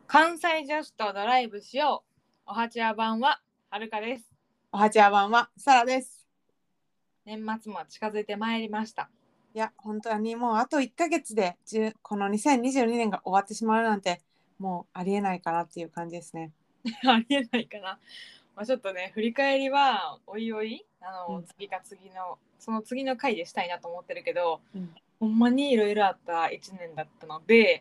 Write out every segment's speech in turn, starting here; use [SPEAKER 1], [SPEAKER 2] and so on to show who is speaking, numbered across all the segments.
[SPEAKER 1] 関西女子とドライブしよう。おはちわ版ははるかです。
[SPEAKER 2] おはちわ版はサラです。
[SPEAKER 1] 年末も近づいてまいりました。
[SPEAKER 2] いや本当にもうあと1ヶ月でこの2022年が終わってしまうなんてもうありえないかなっていう感じですね。
[SPEAKER 1] ありえないかな。ちょっとね、振り返りはおいおい次か次のその次の回でしたいなと思ってるけど、ほんまにいろいろあった1年だったので、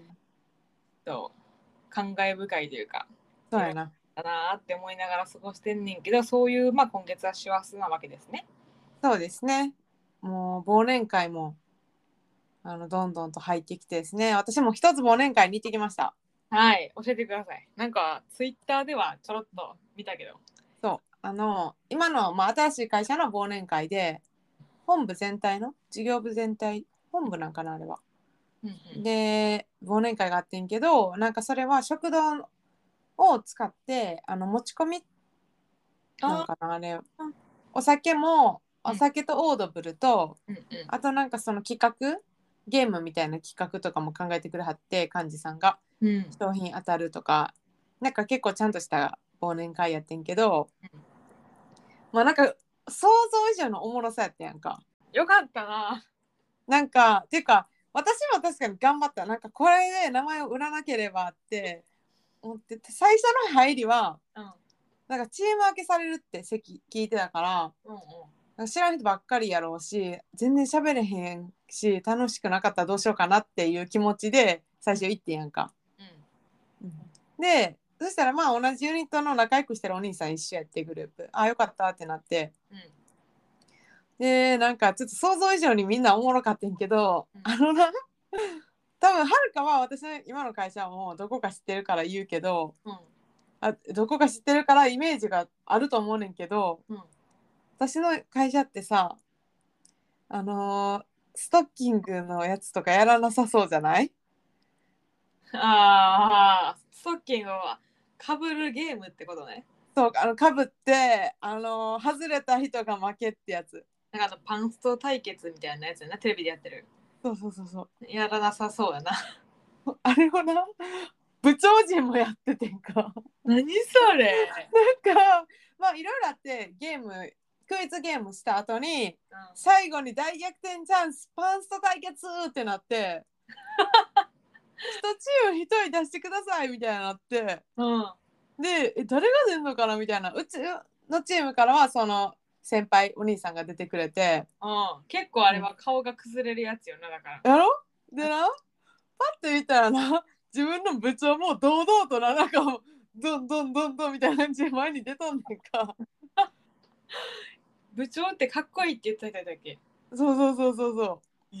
[SPEAKER 1] 感慨深いというか、
[SPEAKER 2] そうやな。
[SPEAKER 1] だなって思いながら過ごしてんねんけど、そういう今月は師走なわけですね。
[SPEAKER 2] そうですね。もう忘年会もどんどんと入ってきてですね。私も一つ忘年会に行ってきました。
[SPEAKER 1] はい、教えてください。なんかツイッターではちょろっと見たけど。
[SPEAKER 2] そう今の、新しい会社の忘年会で本部全体の事業部全体本部なんかなあれは。で忘年会があってんけど、なんかそれは食堂を使って持ち込みなんかなあれ、お酒とオードブルと、あとなんかその企画ゲームみたいな企画とかも考えてくれはって、幹事さんが、商品当たるとかなんか結構ちゃんとした忘年会やってんけど、なんか想像以上のおもろさやったやんか。
[SPEAKER 1] よかったな。
[SPEAKER 2] なんかっていうか私も確かに頑張った。なんかこれで名前を売らなければって思ってて、最初の入りは、なんかチーム分けされるって席聞いてたから、知らん人ばっかりやろうし、全然喋れへんし楽しくなかったらどうしようかなっていう気持ちで最初行ってんやんか。でそしたら同じユニットの仲良くしてるお兄さん一緒やってグループ、よかったってなって、でなんかちょっと想像以上にみんなおもろかったんけど、多分はるかは私の今の会社もどこか知ってるから言うけど、どこか知ってるからイメージがあると思うねんけど、私の会社ってさ、ストッキングのやつとかやらなさそうじゃない？
[SPEAKER 1] ストッキングはかぶるゲームってことね。
[SPEAKER 2] そうかぶって外れた人が負けってやつ。
[SPEAKER 1] なんかパンスト対決みたいなやつやな、テレビでやってる。
[SPEAKER 2] そう
[SPEAKER 1] やらなさそうやな。
[SPEAKER 2] あれをな、部長陣もやっててんか。
[SPEAKER 1] 何それ。
[SPEAKER 2] なんかいろいろあって、クイズゲームした後に、最後に大逆転チャンスパンスト対決ってなって一チーム一人出してくださいみたいになって、で誰が出んのかなみたいな、うちのチームからはその先輩お兄さんが出てくれて、
[SPEAKER 1] 結構あれは顔が崩れるやつよな。だから
[SPEAKER 2] やろでな、パッと見たらな、自分の部長も堂々となんかどんどんどんどんみたいな感じで前に出とんねんか。
[SPEAKER 1] 部長ってかっこいいって言ってただけ。
[SPEAKER 2] そう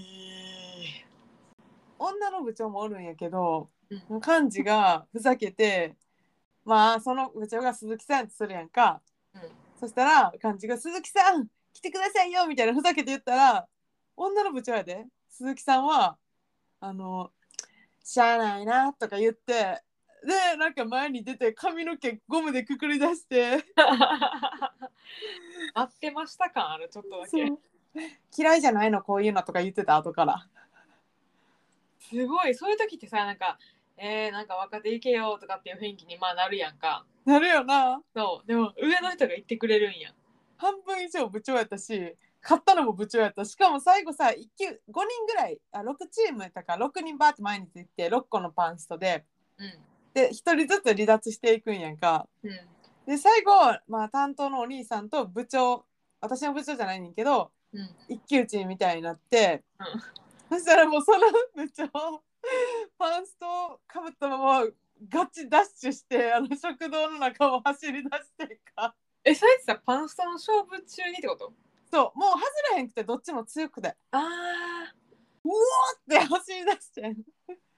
[SPEAKER 2] 女の部長もおるんやけど、幹事がふざけて、その部長が鈴木さんってするやんか、そしたら幹事が鈴木さん来てくださいよみたいなふざけて言ったら、女の部長やで鈴木さんはしゃあないなとか言って、でなんか前に出て髪の毛ゴムでくくり出して
[SPEAKER 1] 合ってました感ある、ちょっとだけ。
[SPEAKER 2] 嫌いじゃないのこういうのとか言ってた後から。
[SPEAKER 1] すごい、そういう時ってさ、なんか若手いけよとかっていう雰囲気になるやんか。
[SPEAKER 2] なるよな。
[SPEAKER 1] そうでも上の人が言ってくれるんや。
[SPEAKER 2] 半分以上部長やったし、勝ったのも部長やった。しかも最後さ、5人ぐらい、6チームやったから6人バーって前に出て6個のパンストで、で1人ずつ離脱していくんやんか。で最後、担当のお兄さんと部長、私の部長じゃないねんけど、一騎打ちみたいになって、そしたらもうその部長パンストかぶったままガチダッシュして食堂の中を走り出してんか。
[SPEAKER 1] それってさ、パンストの勝負中にってこと？
[SPEAKER 2] そう、もう外れへんくてどっちも強くて、うおーって走り出してん。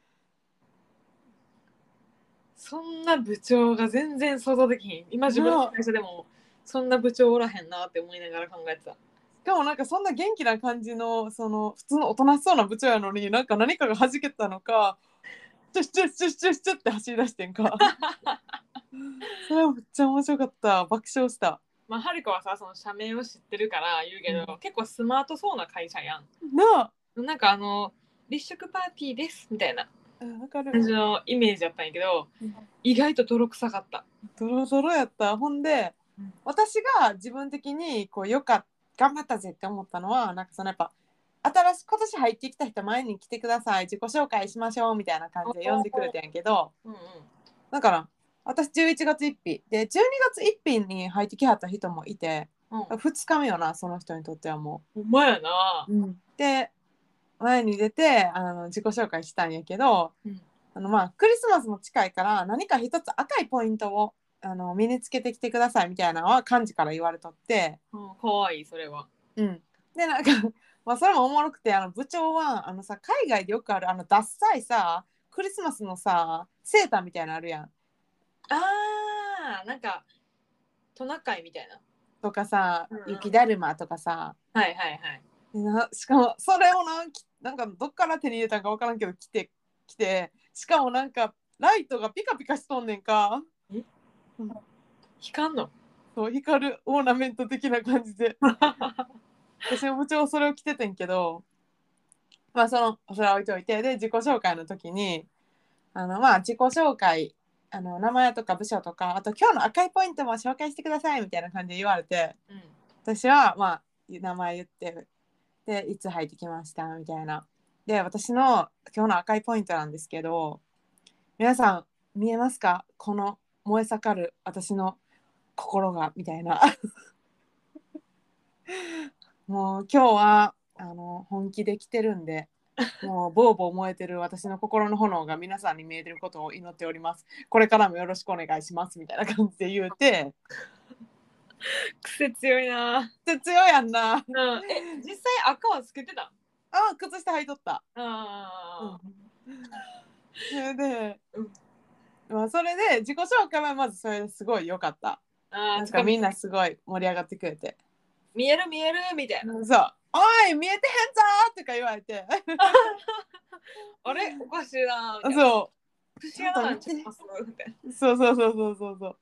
[SPEAKER 1] そんな部長が全然想像できひん。今自分の会社でもそんな部長おらへんなって思いながら考えてた。
[SPEAKER 2] しかもなんかそんな元気な感じのその普通のおとなしそうな部長やのに、なんか何かが弾けたのかチュッチュッチュッチュッチュッって走り出してんかそれはめっちゃ面白かった。爆笑した。
[SPEAKER 1] はるかはさ、その社名を知ってるから言うけど、結構スマートそうな会社やん
[SPEAKER 2] なあ。
[SPEAKER 1] なんか立食パーティーですみたいな。
[SPEAKER 2] わかる。
[SPEAKER 1] 感じのイメージだったんやけど、意外と泥臭かった。
[SPEAKER 2] ドロドロやった。ほんで、私が自分的にこう頑張ったぜって思ったのは、なんかそのやっぱ今年入ってきた人前に来てください、自己紹介しましょうみたいな感じで呼んでくれてんやけど、だから私11月1日で12月1日に入ってきはった人もいて、2日目よな、その人にとってはも
[SPEAKER 1] う。ほんまやな。
[SPEAKER 2] で前に出て自己紹介したんやけど、クリスマスも近いから何か一つ赤いポイントを身につけてきてくださいみたいなのは幹事から言われとって、
[SPEAKER 1] かわいいそれは。
[SPEAKER 2] でなんかそれもおもろくて、部長はさ、海外でよくあるダッサいさクリスマスのさセーターみたいなのあるやん。
[SPEAKER 1] なんかトナカイみたいな
[SPEAKER 2] とかさ、雪だるまとかさ、
[SPEAKER 1] はいはい
[SPEAKER 2] はい、しかもそれをなんかどっから手に入れたんか分からんけど着てしかもなんかライトがピカピカしとんねんか。
[SPEAKER 1] 光んの？
[SPEAKER 2] そう、光るオーナメント的な感じで私も部長それを着ててんけど、それは置いといて、で自己紹介の時に自己紹介名前とか部署とか、あと今日の赤いポイントも紹介してくださいみたいな感じで言われて、私は名前言って、でいつ入ってきましたみたいな。で私の今日の赤いポイントなんですけど、皆さん見えますか、この燃え盛る私の心がみたいなもう今日は本気で来てるんで、もうボーボー燃えてる私の心の炎が皆さんに見えてることを祈っております、これからもよろしくお願いしますみたいな感じで言うて
[SPEAKER 1] 癖強いな。
[SPEAKER 2] 癖強いやんな。
[SPEAKER 1] 実際赤はつけてた？
[SPEAKER 2] 靴下履いとった。それで、それで自己紹介はまずそれですごい良かった。なんかみんなすごい盛り上がってくれて、
[SPEAKER 1] 見える見えるみたいな。
[SPEAKER 2] そう、おい見えてへんぞーとか言われて
[SPEAKER 1] あれおかしいなみたいな。
[SPEAKER 2] そう
[SPEAKER 1] 口がなんちゃいますみたいな。
[SPEAKER 2] そう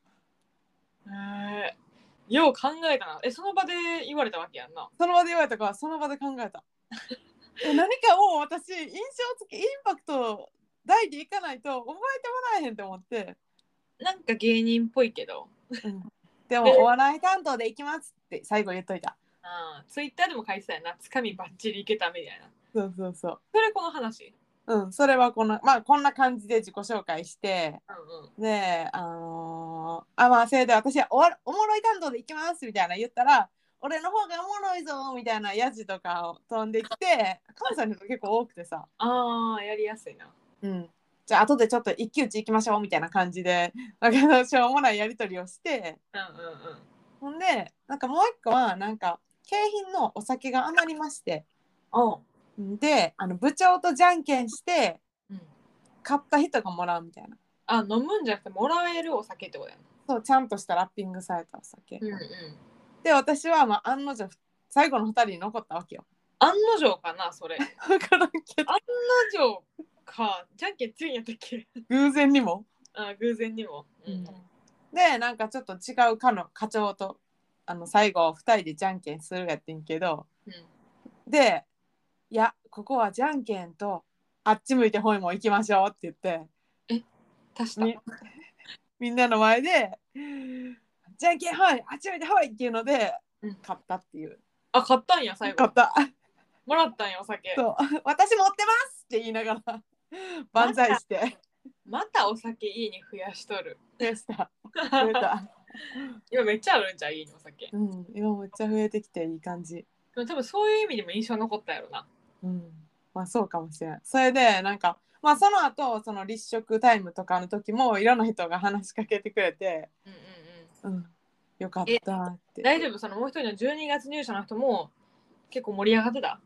[SPEAKER 1] よう考えたな。その場で言われたわけやんな。
[SPEAKER 2] その場で言われたから、その場で考えた何かを私印象付けインパクト大でいかないと覚えてもらえへんと思って、
[SPEAKER 1] なんか芸人っぽいけど、
[SPEAKER 2] でもお笑い担当でいきますって最後言っといた。
[SPEAKER 1] ツイッターでも書いてたよな、つかみバッチリいけたみたいな。
[SPEAKER 2] そう
[SPEAKER 1] それこの話。
[SPEAKER 2] それはこんな感じで自己紹介して、でそれで私はおもろい担当でいきますみたいな言ったら、俺の方がおもろいぞみたいなヤジとかを飛んできて、関西の人結構多くてさ、
[SPEAKER 1] やりやすいな。
[SPEAKER 2] じゃあ後でちょっと一騎打ち行きましょうみたいな感じで、しょうもないやり取りをして、ほんでなんかもう一個はなんか景品のお酒が余りまして、で部長とじゃんけんして、買った人がもらうみたいな。
[SPEAKER 1] 飲むんじゃなくてもらえるお酒ってことやな。
[SPEAKER 2] そう、ちゃんとしたラッピングされたお酒、で私は案の定最後の2人に残ったわけよ。
[SPEAKER 1] 案の定かなそれ。
[SPEAKER 2] 分からんけど。
[SPEAKER 1] 案の定か、じゃんけん強いんやったっけ？
[SPEAKER 2] 偶然にも。
[SPEAKER 1] 偶然にも。
[SPEAKER 2] でなんかちょっと違う課長と最後2人でじゃんけんするやってんけど、でいやここはじゃんけんとあっち向いてほいも行きましょうって言って
[SPEAKER 1] 足した
[SPEAKER 2] みんなの前でじゃんけんほいあっち向いてほいっていうので、買ったっていう。
[SPEAKER 1] 買ったんや最後。
[SPEAKER 2] 買った。
[SPEAKER 1] もらったんやお酒。
[SPEAKER 2] そう私持ってますって言いながら万歳して、
[SPEAKER 1] またお酒家に増やしとる。
[SPEAKER 2] 増やした増えた
[SPEAKER 1] 今めっちゃあるんじゃん家にお酒。
[SPEAKER 2] 今めっちゃ増えてきていい感じ。
[SPEAKER 1] でも多分そういう意味でも印象残ったやろな。
[SPEAKER 2] そうかもしれない。それでなんかその後その立食タイムとかの時もいろんな人が話しかけてくれて、よかったって。
[SPEAKER 1] 大丈夫？そのもう一人の12月入社の人も結構盛り上がってた？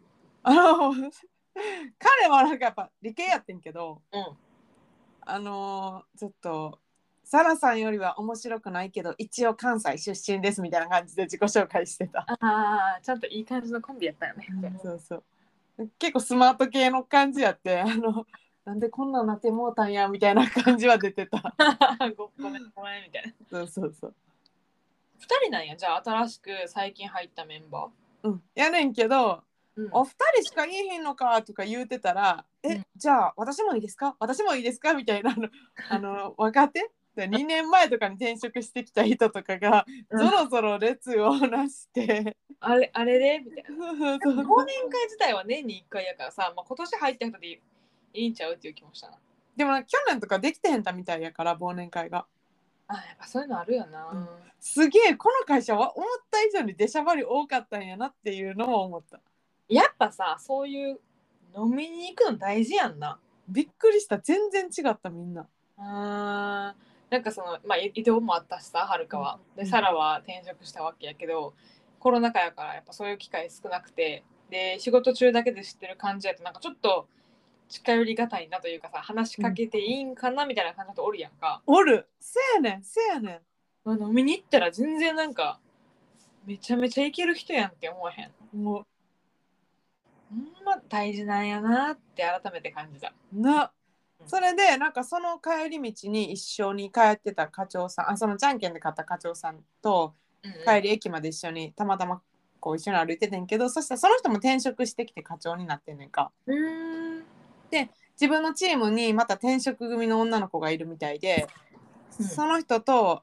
[SPEAKER 2] 彼はなんかやっぱ理系やってんけど、ちょっとサラさんよりは面白くないけど一応関西出身ですみたいな感じで自己紹介してた。
[SPEAKER 1] ちゃんといい感じのコンビやったよね。
[SPEAKER 2] そう結構スマート系の感じやって、なんでこんななってもうたんやみたいな感じは出てた。
[SPEAKER 1] ごめんみたい
[SPEAKER 2] な。そう
[SPEAKER 1] 2人なんや。じゃあ新しく最近入ったメンバ
[SPEAKER 2] ーやねんけど、 お二人しかいいひんのかとか言うてたら、じゃあ私もいいですか私もいいですかみたいな若手2年前とかに転職してきた人とかがぞろぞろ列をなして
[SPEAKER 1] あれでみたいな。忘年会自体は年に1回やからさ、今年入った人でいいんちゃうっていう気もしたな。
[SPEAKER 2] でも去年とかできてへんたみたいやから忘年会が。
[SPEAKER 1] やっぱそういうのあるよな。
[SPEAKER 2] すげえこの会社は思った以上に出しゃばり多かったんやなっていうのも思った。
[SPEAKER 1] やっぱさ、そういう飲みに行くの大事やんな。
[SPEAKER 2] びっくりした。全然違ったみんな。
[SPEAKER 1] なんか移動もあったしさ、はるかは。で、サラは転職したわけやけど、コロナ禍やからやっぱそういう機会少なくて、で、仕事中だけで知ってる感じやとなんかちょっと近寄りがたいなというかさ、話しかけていいんかなみたいな感じとおるやんか。
[SPEAKER 2] おる。せやねん、せやね
[SPEAKER 1] ん。飲みに行ったら全然なんか、めちゃめちゃいける人やんって思わへん。もうほんま大事なんやなって改めて感じた。
[SPEAKER 2] それでなんかその帰り道に一緒に帰ってた課長さん、そのじゃんけんで買った課長さんと帰り駅まで一緒にたまたまこう一緒に歩いててんけど、そしたらその人も転職してきて課長になってんねんか。で自分のチームにまた転職組の女の子がいるみたいで、その人と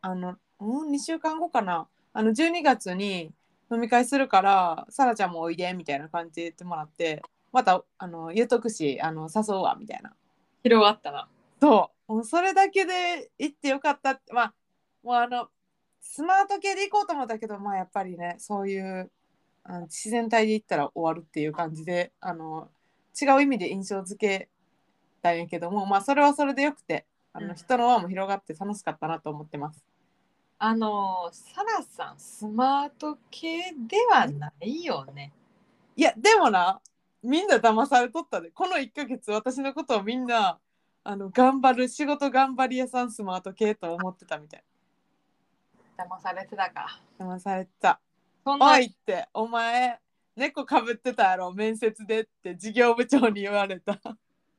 [SPEAKER 2] 2週間後かな、12月に飲み会するからさらちゃんもおいでみたいな感じで言ってもらって、また言うとくし誘うわみたいな。
[SPEAKER 1] 広がったな。
[SPEAKER 2] もうそれだけで行ってよかったって。まあもうスマート系で行こうと思ったけど、まあやっぱりね、そういう自然体で行ったら終わるっていう感じで違う意味で印象付けたんやけども、まあそれはそれでよくて人の輪も広がって楽しかったなと思ってます。
[SPEAKER 1] サラさんスマート系ではないよね。
[SPEAKER 2] いやでもな、みんな騙されとったで。この1ヶ月私のことをみんな頑張る仕事頑張り屋さんスマート系と思ってたみたい。
[SPEAKER 1] 騙されてたか。
[SPEAKER 2] 騙されてた。おいってお前猫かぶってたやろ面接でって事業部長に言われた。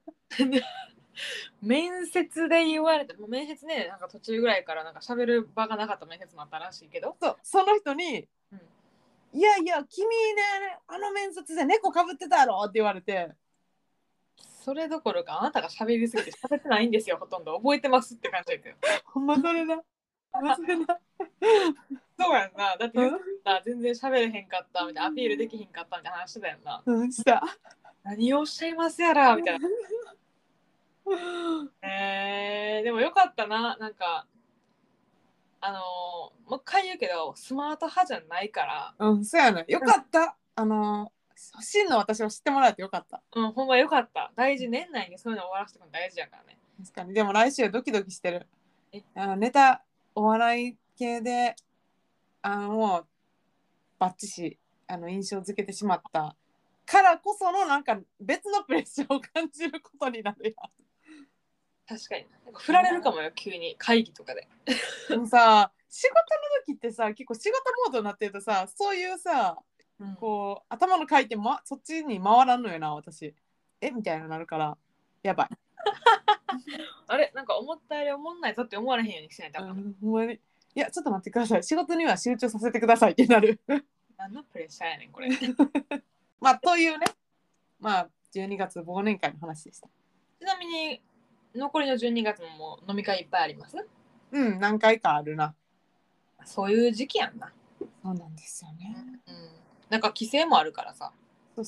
[SPEAKER 1] 面接で言われた。もう面接ね、なんか途中ぐらいからなんか喋る場がなかった面接もあったらしいけど、
[SPEAKER 2] その人に、いやいや君ね面接で猫かぶってたやろって言われて、
[SPEAKER 1] それどころかあなたが喋りすぎて喋ってないんですよ、ほとんど覚えてますって感じだけど。
[SPEAKER 2] ほんまそれだ。
[SPEAKER 1] そうやんな。だって全然喋れへんかったみたいな、アピールできへんかったみたいな話してたやんな。
[SPEAKER 2] した。
[SPEAKER 1] 何をおっしゃいますやらみたいな。でもよかったな。なんかもう一回言うけどスマート派じゃないから。
[SPEAKER 2] そうやね。よかった。真の私を知ってもらえてよかった。
[SPEAKER 1] ほんまよかった。大事、年内にそういうの終わらせてくの大事やからね。
[SPEAKER 2] 確かに。でも来週ドキドキしてる。ネタお笑い系でもうバッチシ印象付けてしまったからこそのなんか別のプレッシャーを感じることになるやん。
[SPEAKER 1] 確かになんか振られるかもよ、急に会議とかで。
[SPEAKER 2] でもさ、仕事の時ってさ、結構仕事モードになってるとさ、そういうさ、こう頭の回転、そっちに回らんのよな私。みたいななるからやばい。
[SPEAKER 1] あれなんか思ったより思んないぞって思われへんようにしないと。
[SPEAKER 2] ほんまに。いやちょっと待ってください、仕事には集中させてくださいってなる。
[SPEAKER 1] 何のプレッシャーやねんこれ。
[SPEAKER 2] まあというね、まあ12月忘年会の話でした。
[SPEAKER 1] ちなみに残りの12月も飲み会いっぱいあります？
[SPEAKER 2] 何回かあるな。
[SPEAKER 1] そういう時期やんな。
[SPEAKER 2] そうなんですよね。
[SPEAKER 1] なんか規制もあるからさ。
[SPEAKER 2] そう。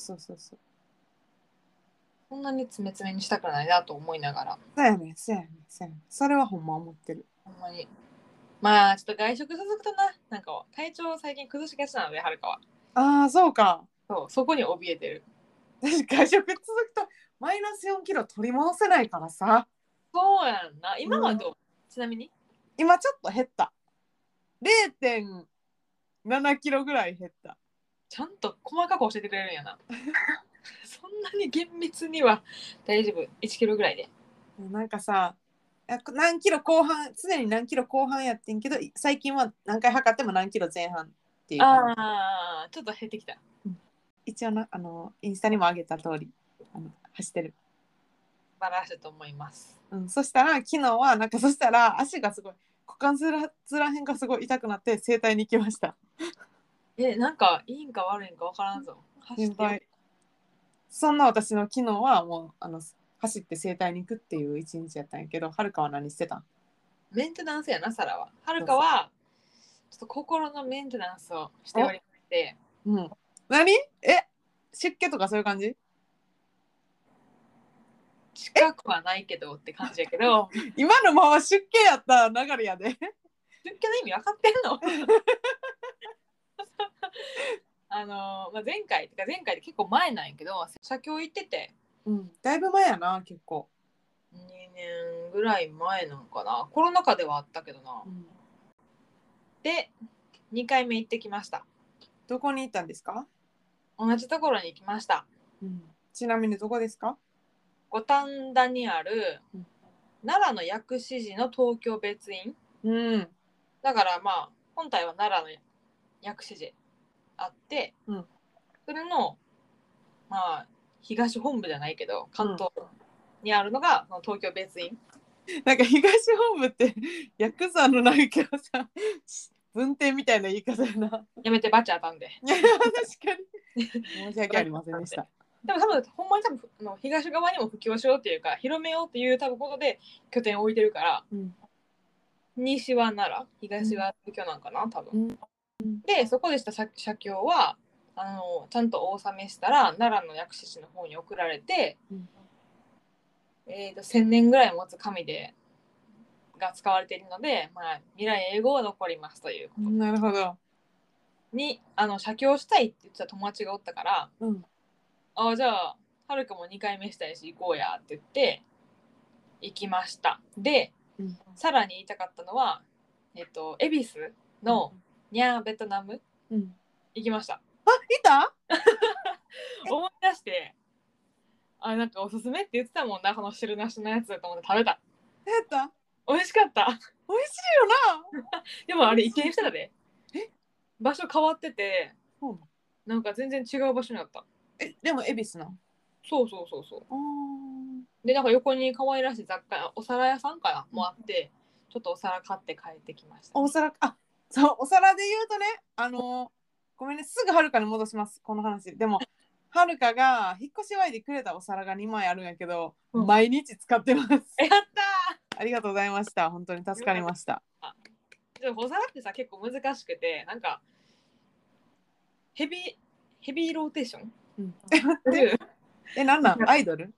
[SPEAKER 1] そんなに詰め詰めにしたくないなと思いながら。
[SPEAKER 2] そうやね。それはほんま思ってる。
[SPEAKER 1] ほんまに。まあちょっと外食続くとな、なんか体調最近崩しがちなので、はるかは。
[SPEAKER 2] ああ、そうか。
[SPEAKER 1] そこに怯えてる。
[SPEAKER 2] 私外食続くとマイナス4キロ取り戻せないからさ。
[SPEAKER 1] そうやんな。今はどう？ちなみに
[SPEAKER 2] 今ちょっと減った。0.7 キロぐらい減った。
[SPEAKER 1] ちゃんと細かく教えてくれるんやな。そんなに厳密には大丈夫。1キロぐらいで。
[SPEAKER 2] なんかさ、何キロ後半、常に何キロ後半やってんけど、最近は何回測っても何キロ前半っていう。
[SPEAKER 1] ああ、ちょっと減ってきた。
[SPEAKER 2] 一応インスタにも上げた通り走ってる。
[SPEAKER 1] 素晴らしいと思います。
[SPEAKER 2] そしたら昨日はそしたら足がすごい股関節らへんがすごい痛くなって整体に行きました。
[SPEAKER 1] なんかいいんか悪いんか分からんぞ。
[SPEAKER 2] 心配。 そんな私の昨日はもう走って整体に行くっていう一日やったんやけど、はるかは何してたん？
[SPEAKER 1] メンテナンスやな、サラは。はるかは、ちょっと心のメンテナンスをしておりまして。
[SPEAKER 2] うん。何？湿気とかそういう感じ？
[SPEAKER 1] 近くはないけどって感じやけど。
[SPEAKER 2] 今のまま湿気やった流れやで。
[SPEAKER 1] 出家の意味分かってんの？前回で結構前なんやけど、写経行ってて、
[SPEAKER 2] だいぶ前やな、結構。
[SPEAKER 1] 2年ぐらい前なんかな。コロナ禍ではあったけどな。で、2回目行ってきました。
[SPEAKER 2] どこに行ったんですか？
[SPEAKER 1] 同じところに行きました。
[SPEAKER 2] ちなみにどこですか？
[SPEAKER 1] 五反田にある、奈良の薬師寺の東京別院。だからまあ本体は奈良の薬師寺あって、それのまあ東本部じゃないけど関東にあるのが、東京別院。
[SPEAKER 2] なんか東本部ってヤクザのなんかさ文典みたいな言い方やな。
[SPEAKER 1] やめて、バチ当たんで。
[SPEAKER 2] 確かに申し訳ありませんでした。
[SPEAKER 1] でも多分ほんまに東側にも普及しようっていうか広めようっていう多分ことで拠点を置いてるから、西は奈良、東は東京なんかな多分。でそこでした写経はちゃんとお納めしたら奈良の薬師寺の方に送られて、1000年ぐらい持つ紙が使われているので、まあ、未来英語は残りますということ。
[SPEAKER 2] なるほど。
[SPEAKER 1] に写経したいって言ってた友達がおったから、じゃあはるかも2回目したいし行こうやって言って行きました。で、さらに言いたかったのは恵比寿のニャーベトナム、行きました。
[SPEAKER 2] いた
[SPEAKER 1] 思い出してなんかおすすめって言ってたもんな、この汁なしのやつと思って食べた。美味しかった。
[SPEAKER 2] 美味しいよ
[SPEAKER 1] な。でもあれ移転してたで。場所変わってて、なんか全然違う場所にあった。
[SPEAKER 2] でも恵比寿な。
[SPEAKER 1] そう。でなんか横に可愛らしい雑貨お皿屋さんかなもあって、ちょっとお皿買って帰ってきました。
[SPEAKER 2] お皿そうお皿で言うとね、ごめんね、すぐはるかに戻しますこの話。でもはるかが引っ越し祝いでくれたお皿が2枚あるんやけど、毎日使ってます。
[SPEAKER 1] やった
[SPEAKER 2] ありがとうございました。本当に助かりました。
[SPEAKER 1] でもお皿ってさ結構難しくて、なんかヘビーローテーション、
[SPEAKER 2] なんアイドル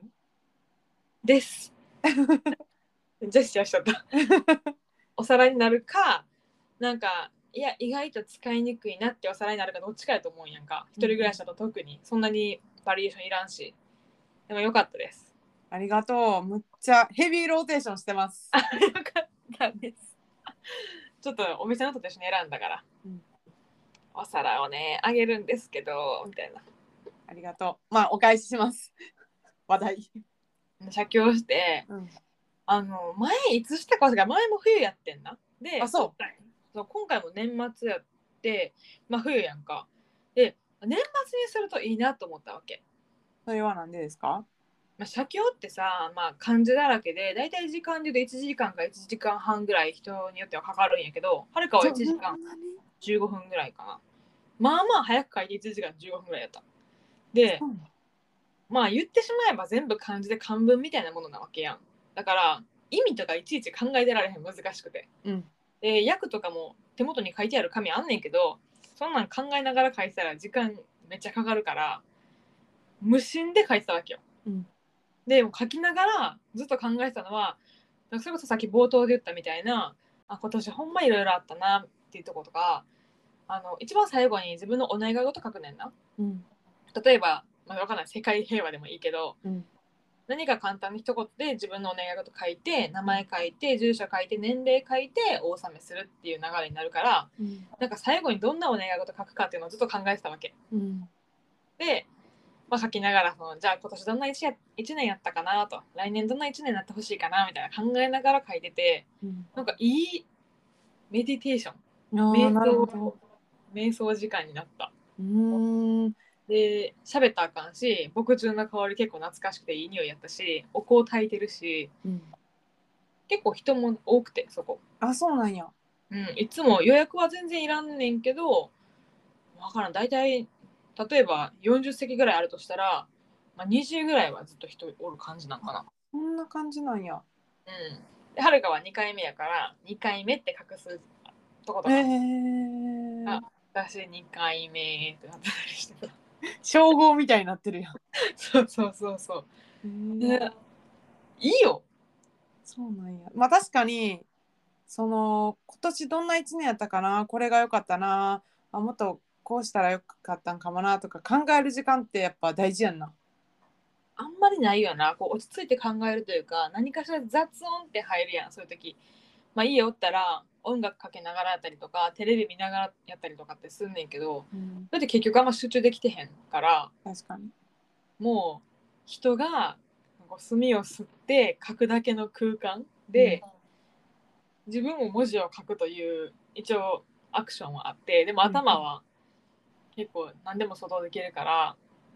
[SPEAKER 1] ですジェスチャーしちゃったお皿になるか、なんかいや意外と使いにくいなってお皿になるかどっちかやと思うんやんか。一人暮らしだと特にそんなにバリエーションいらんし。でもよかったです。
[SPEAKER 2] ありがとう。むっちゃヘビーローテーションしてます。
[SPEAKER 1] よかったです。ちょっとお店の人と一緒に選んだから、お皿をねあげるんですけどみたいな。
[SPEAKER 2] ありがとう。まあお返しします話題
[SPEAKER 1] 写経して、前いつしたか忘れた、前も冬やってんな。でそう今回も年末やって、まあ冬やんか。で年末にするといいなと思ったわけ。
[SPEAKER 2] それは何でですか？
[SPEAKER 1] 写経ってさ、まあ、漢字だらけでだいたい時間で言うと1時間か1時間半ぐらい人によってはかかるんやけど、はるかは1時間15分ぐらいかな。まあまあ早く書いて1時間15分ぐらいやった。で、まあ言ってしまえば全部漢字で漢文みたいなものなわけやん。だから意味とかいちいち考えてられへん、難しくて。で訳とかも手元に書いてある紙あんねんけど、そんなん考えながら書いてたら時間めっちゃかかるから無心で書いてたわけよ。でも書きながらずっと考えてたのは、それこそさっき冒頭で言ったみたいな、今年ほんまいろいろあったなっていうところとか、一番最後に自分のお願い事書くねんな。例えば、分かんない、世界平和でもいいけど、何か簡単に一言で自分のお願い事書いて、名前書いて、住所書いて、年齢書いてお納めするっていう流れになるから、なんか最後にどんなお願い事書くかっていうのをずっと考えてたわけ。で、書きながらじゃあ今年どんな 1年やったかなと、来年どんな1年になってほしいかなみたいな考えながら書いてて、なんかいいメディテーション、瞑想時間になった。で喋ったらあかんし、牧汁の香り結構懐かしくていい匂いやったし、お香炊いてるし、結構人も多くてそこ。
[SPEAKER 2] そうなんや。
[SPEAKER 1] いつも予約は全然いらんねんけど、分からん、大体例えば40席ぐらいあるとしたらまあ、20ぐらいはずっと人おる感じなんかな。
[SPEAKER 2] そんな感じなんや。
[SPEAKER 1] うん。で、はるかは2回目やから、2回目って隠すとことか。あ、私2回目ってなったりしてた。
[SPEAKER 2] 称号みたいになってるやん。
[SPEAKER 1] そうそうそうそう。いいよ。
[SPEAKER 2] そうなんや。まあ確かに、今年どんな1年やったかな、これが良かったな、もっとこうしたらよかったんかもなとか考える時間ってやっぱ大事やんな。
[SPEAKER 1] あんまりないよな。こう落ち着いて考えるというか、何かしら雑音って入るやん、そういう時。まあ家おったら音楽かけながらやったりとか、テレビ見ながらやったりとかってすんねんけど、だって結局あんま集中できてへんから、
[SPEAKER 2] 確かに。
[SPEAKER 1] もう人が墨を吸って書くだけの空間で、自分も文字を書くという一応アクションはあって、でも頭は結構何でも想像できるから、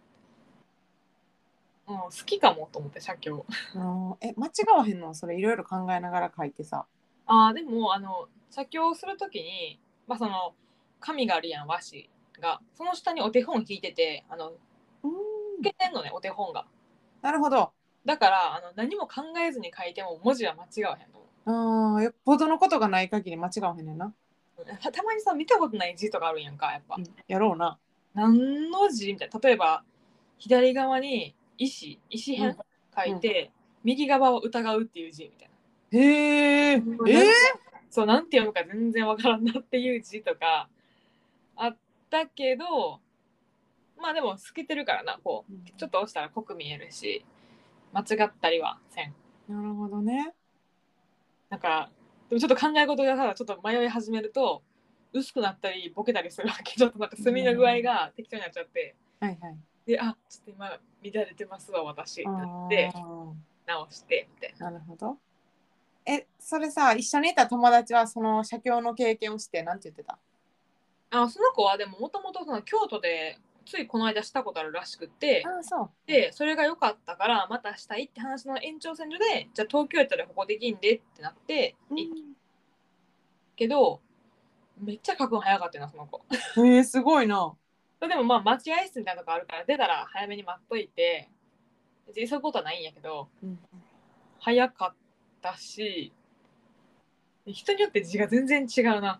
[SPEAKER 1] 好きかもと思って写経。
[SPEAKER 2] 間違わへんのそれいろいろ考えながら書いてさ。
[SPEAKER 1] でも写経するときに、まあ、その紙があるやん、和紙がその下にお手本引いてて、つけてんのね、お手本が。
[SPEAKER 2] なるほど。
[SPEAKER 1] だから何も考えずに書いても文字は間違わへんと
[SPEAKER 2] 思う。よっぽどのことがない限り間違わへんねんな。
[SPEAKER 1] たまにさ、見たことない字とかあるんやんか、やっぱ。
[SPEAKER 2] やろうな。
[SPEAKER 1] 何の字みたいな。例えば左側に石編書いて、右側を疑うっていう字みたいな。
[SPEAKER 2] へえ。
[SPEAKER 1] そう、なんて読むか全然わからんなっていう字とかあったけど、まあでも透けてるからな、こうちょっと押したら濃く見えるし、間違ったりはせん。
[SPEAKER 2] なるほどね。
[SPEAKER 1] なんかでもちょっと考え事がさ、ちょっと迷い始めると薄くなったりボケたりするわけ。ちょっとなんか墨の具合が適当になっちゃって、
[SPEAKER 2] はいはい。
[SPEAKER 1] で、ちょっと今乱れてますわ私ってなって直してみたいな。
[SPEAKER 2] なるほど。それさ、一緒にいた友達はその写経の経験をしてなんて言ってた？
[SPEAKER 1] その子はでももともと京都でついこの間したことあるらしくて、
[SPEAKER 2] そう。
[SPEAKER 1] でそれが良かったからまたしたいって話の延長線上で、じゃあ東京やったらここできんでってなって行ったけど、めっちゃ書くの早かったよな、その子。
[SPEAKER 2] すごいな。
[SPEAKER 1] でもまあ待合室みたいなとこあるから出たら早めに待っといて、別に急ぐことはないんやけど、早かったし、人によって字が全然違うな。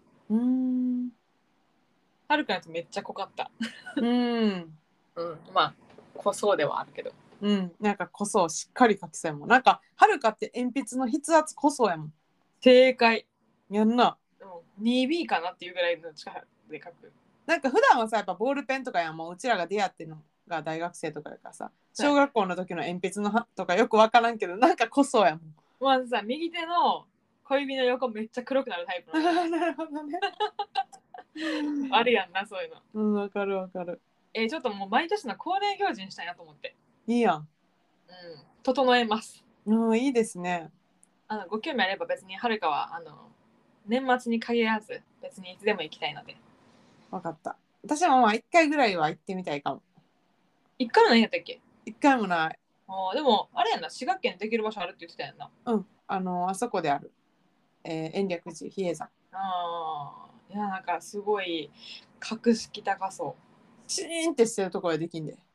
[SPEAKER 1] はるかのやつめっちゃ濃かった。まあ濃そうではあるけど。
[SPEAKER 2] なんか濃そう、しっかり書きそうやもん。なんかはるかって鉛筆の筆圧濃そうやもん。
[SPEAKER 1] 正解。
[SPEAKER 2] やんな。
[SPEAKER 1] 2B かなっていうぐらいの力で書く。
[SPEAKER 2] なんか普段はさ、やっぱボールペンとかやもううちらが出会ってるのが大学生とかやからさ、小学校の時の鉛筆のとかよくわからんけど、なんか濃そうやもん。
[SPEAKER 1] まずさ、右手の小指の横めっちゃ黒くなるタイプの。
[SPEAKER 2] なるほどね。
[SPEAKER 1] あるやんな、そういうの。
[SPEAKER 2] わかるわかる。
[SPEAKER 1] ちょっともう毎年の恒例行事にしたいなと思って。
[SPEAKER 2] いいやん。
[SPEAKER 1] 整えます。
[SPEAKER 2] いいですね。
[SPEAKER 1] ご興味あれば別にはるかは年末に限らず別にいつでも行きたいので。
[SPEAKER 2] わかった。私もまあ1回ぐらいは行ってみたいかも。
[SPEAKER 1] 1回もないんやったっけ
[SPEAKER 2] ？1回もない。
[SPEAKER 1] でもあれやんな、滋賀県できる場所あるって言ってたやんな。
[SPEAKER 2] あそこである。延暦寺比叡山。
[SPEAKER 1] いや、なんかすごい格式高そう。
[SPEAKER 2] シーンってしてるところでできんで。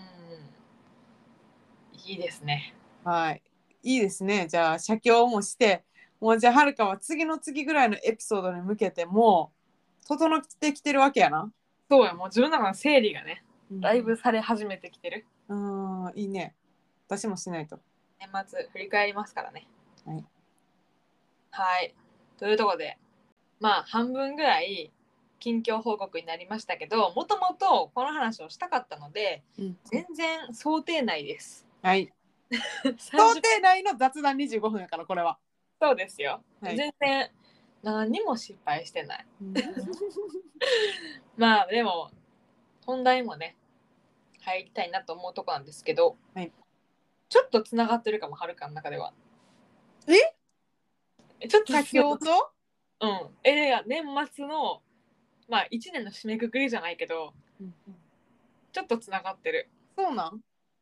[SPEAKER 1] いいですね。
[SPEAKER 2] はい。いいですね。じゃあ写経もして、もうじゃあはるかは次の次ぐらいのエピソードに向けてもう整ってきてるわけやな。
[SPEAKER 1] そうや、もう自分の中の整理がね、だいぶされ始めてきてる。
[SPEAKER 2] いいね。私もしないと。
[SPEAKER 1] 年末振り返りますからね。
[SPEAKER 2] はい。
[SPEAKER 1] はい。というところで、まあ半分ぐらい近況報告になりましたけど、もともとこの話をしたかったので、全然想定内です。
[SPEAKER 2] はい。想定内の雑談25分やからこれは。
[SPEAKER 1] そうですよ。全然何にも失敗してない。まあでも本題もね入りたいなと思うとこなんですけど、ちょっとつながってるかも、はるかの中では。ちょっと
[SPEAKER 2] 先ほど
[SPEAKER 1] 年末のまあ1年の締めくくりじゃないけど、ちょっとつながってる。
[SPEAKER 2] そうなん？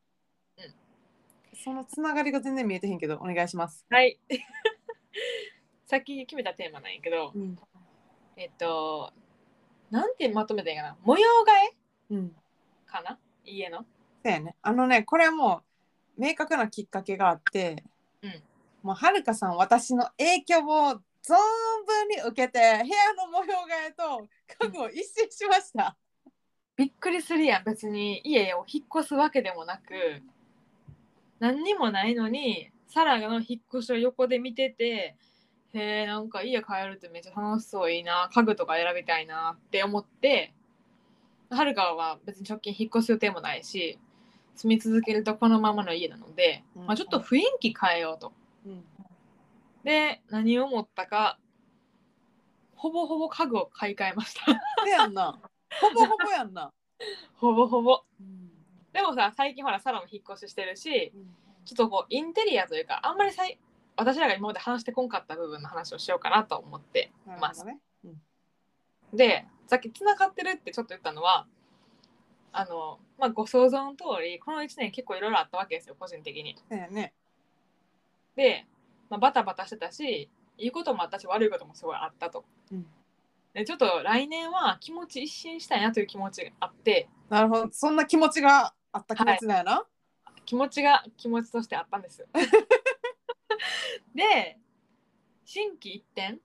[SPEAKER 2] そのつながりが全然見えてへんけどお願いします。
[SPEAKER 1] はいさっき決めたテーマなんやけど、なんてまとめたらいいかな、模様替え、かな、家の
[SPEAKER 2] そうやね。これはもう明確なきっかけがあって、もうはるかさん私の影響を存分に受けて部屋の模様替えと家具を一新しました。
[SPEAKER 1] びっくりするやん。別に家を引っ越すわけでもなく、何にもないのにサラの引っ越しを横で見てて、へえ、なんか家帰るってめっちゃ楽しそう、いいな、家具とか選びたいなって思って、はるかは別に直近引っ越す予定もないし、住み続けるとこのままの家なので、まあ、ちょっと雰囲気変えようと。で、何を思ったか、ほぼほぼ家具を買い替えました。
[SPEAKER 2] せやんな。ほぼほぼやんな。
[SPEAKER 1] ほぼほぼ。でもさ、最近ほらサロン引っ越ししてるし、ちょっとこうインテリアというか、あんまり私らが今まで話してこんかった部分の話をしようかなと思ってます。で、さっきつながってるってちょっと言ったのは、まあ、ご想像の通りこの1年結構いろいろあったわけですよ、個人的に。で、まあ、バタバタしてたし、いいこともあったし悪いこともすごいあったと。でちょっと来年は気持ち一新したいなという気持ちがあって。
[SPEAKER 2] なるほど、そんな気持ちがあった気持ちだよな、はい、
[SPEAKER 1] 気持ちが気持ちとしてあったんですで、心機一転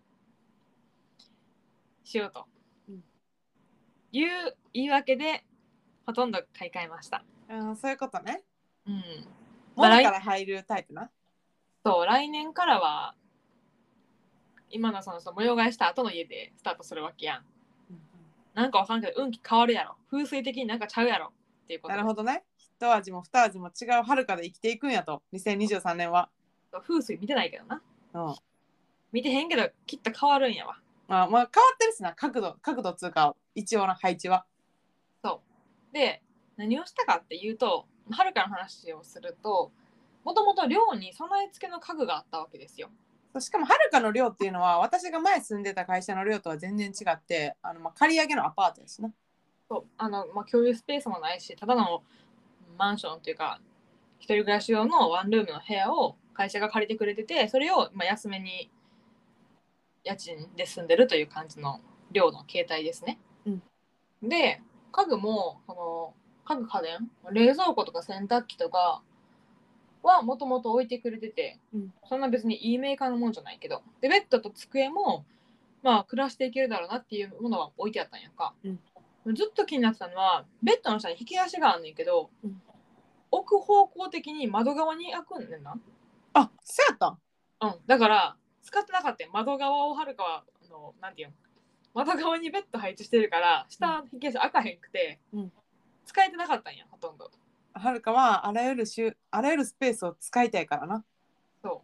[SPEAKER 1] しようという言い訳でほとんど買い替えました。
[SPEAKER 2] そういうことね。
[SPEAKER 1] 物
[SPEAKER 2] から入るタイプな。
[SPEAKER 1] そう、来年からは今のその模様替えした後の家でスタートするわけやん。なんかわかんないけど運気変わるやろ、風水的になんかちゃうやろっていうこと。
[SPEAKER 2] なるほどね。一味も二味も違うはるかで生きていくんやと、2023年は。
[SPEAKER 1] 風水見てないけどな。見てへんけどきっと変わるんやわ。
[SPEAKER 2] まあ変わってるしな、角度つうか一応の配置は。
[SPEAKER 1] そうで、何をしたかっていうと、はるかの話をすると、もともと寮に備え付けの家具があったわけですよ。
[SPEAKER 2] しかもはるかの寮っていうのは私が前住んでた会社の寮とは全然違って、借り上げのアパートですな。
[SPEAKER 1] そう共有スペースもないし、ただのマンションっていうか一人暮らし用のワンルームの部屋を会社が借りてくれてて、それを安めに家賃で住んでるという感じの寮の形態ですね。で、家具も家具家電、冷蔵庫とか洗濯機とかはもともと置いてくれてて、そんな別にいいメーカーのもんじゃないけど、でベッドと机もまあ暮らしていけるだろうなっていうものは置いてあったんやんか。ずっと気になってたのはベッドの下に引き出しがあんねんけど、置く方向的に窓側に開くんねんな。
[SPEAKER 2] あ、そうやったん。
[SPEAKER 1] だから使ってなかったん。窓側をはるかはなんていうの、窓側にベッド配置してるから下引き出し開かへんくて、使えてなかったんや、ほとんど。
[SPEAKER 2] はるかはあらゆるスペースを使いたいからな。
[SPEAKER 1] そう、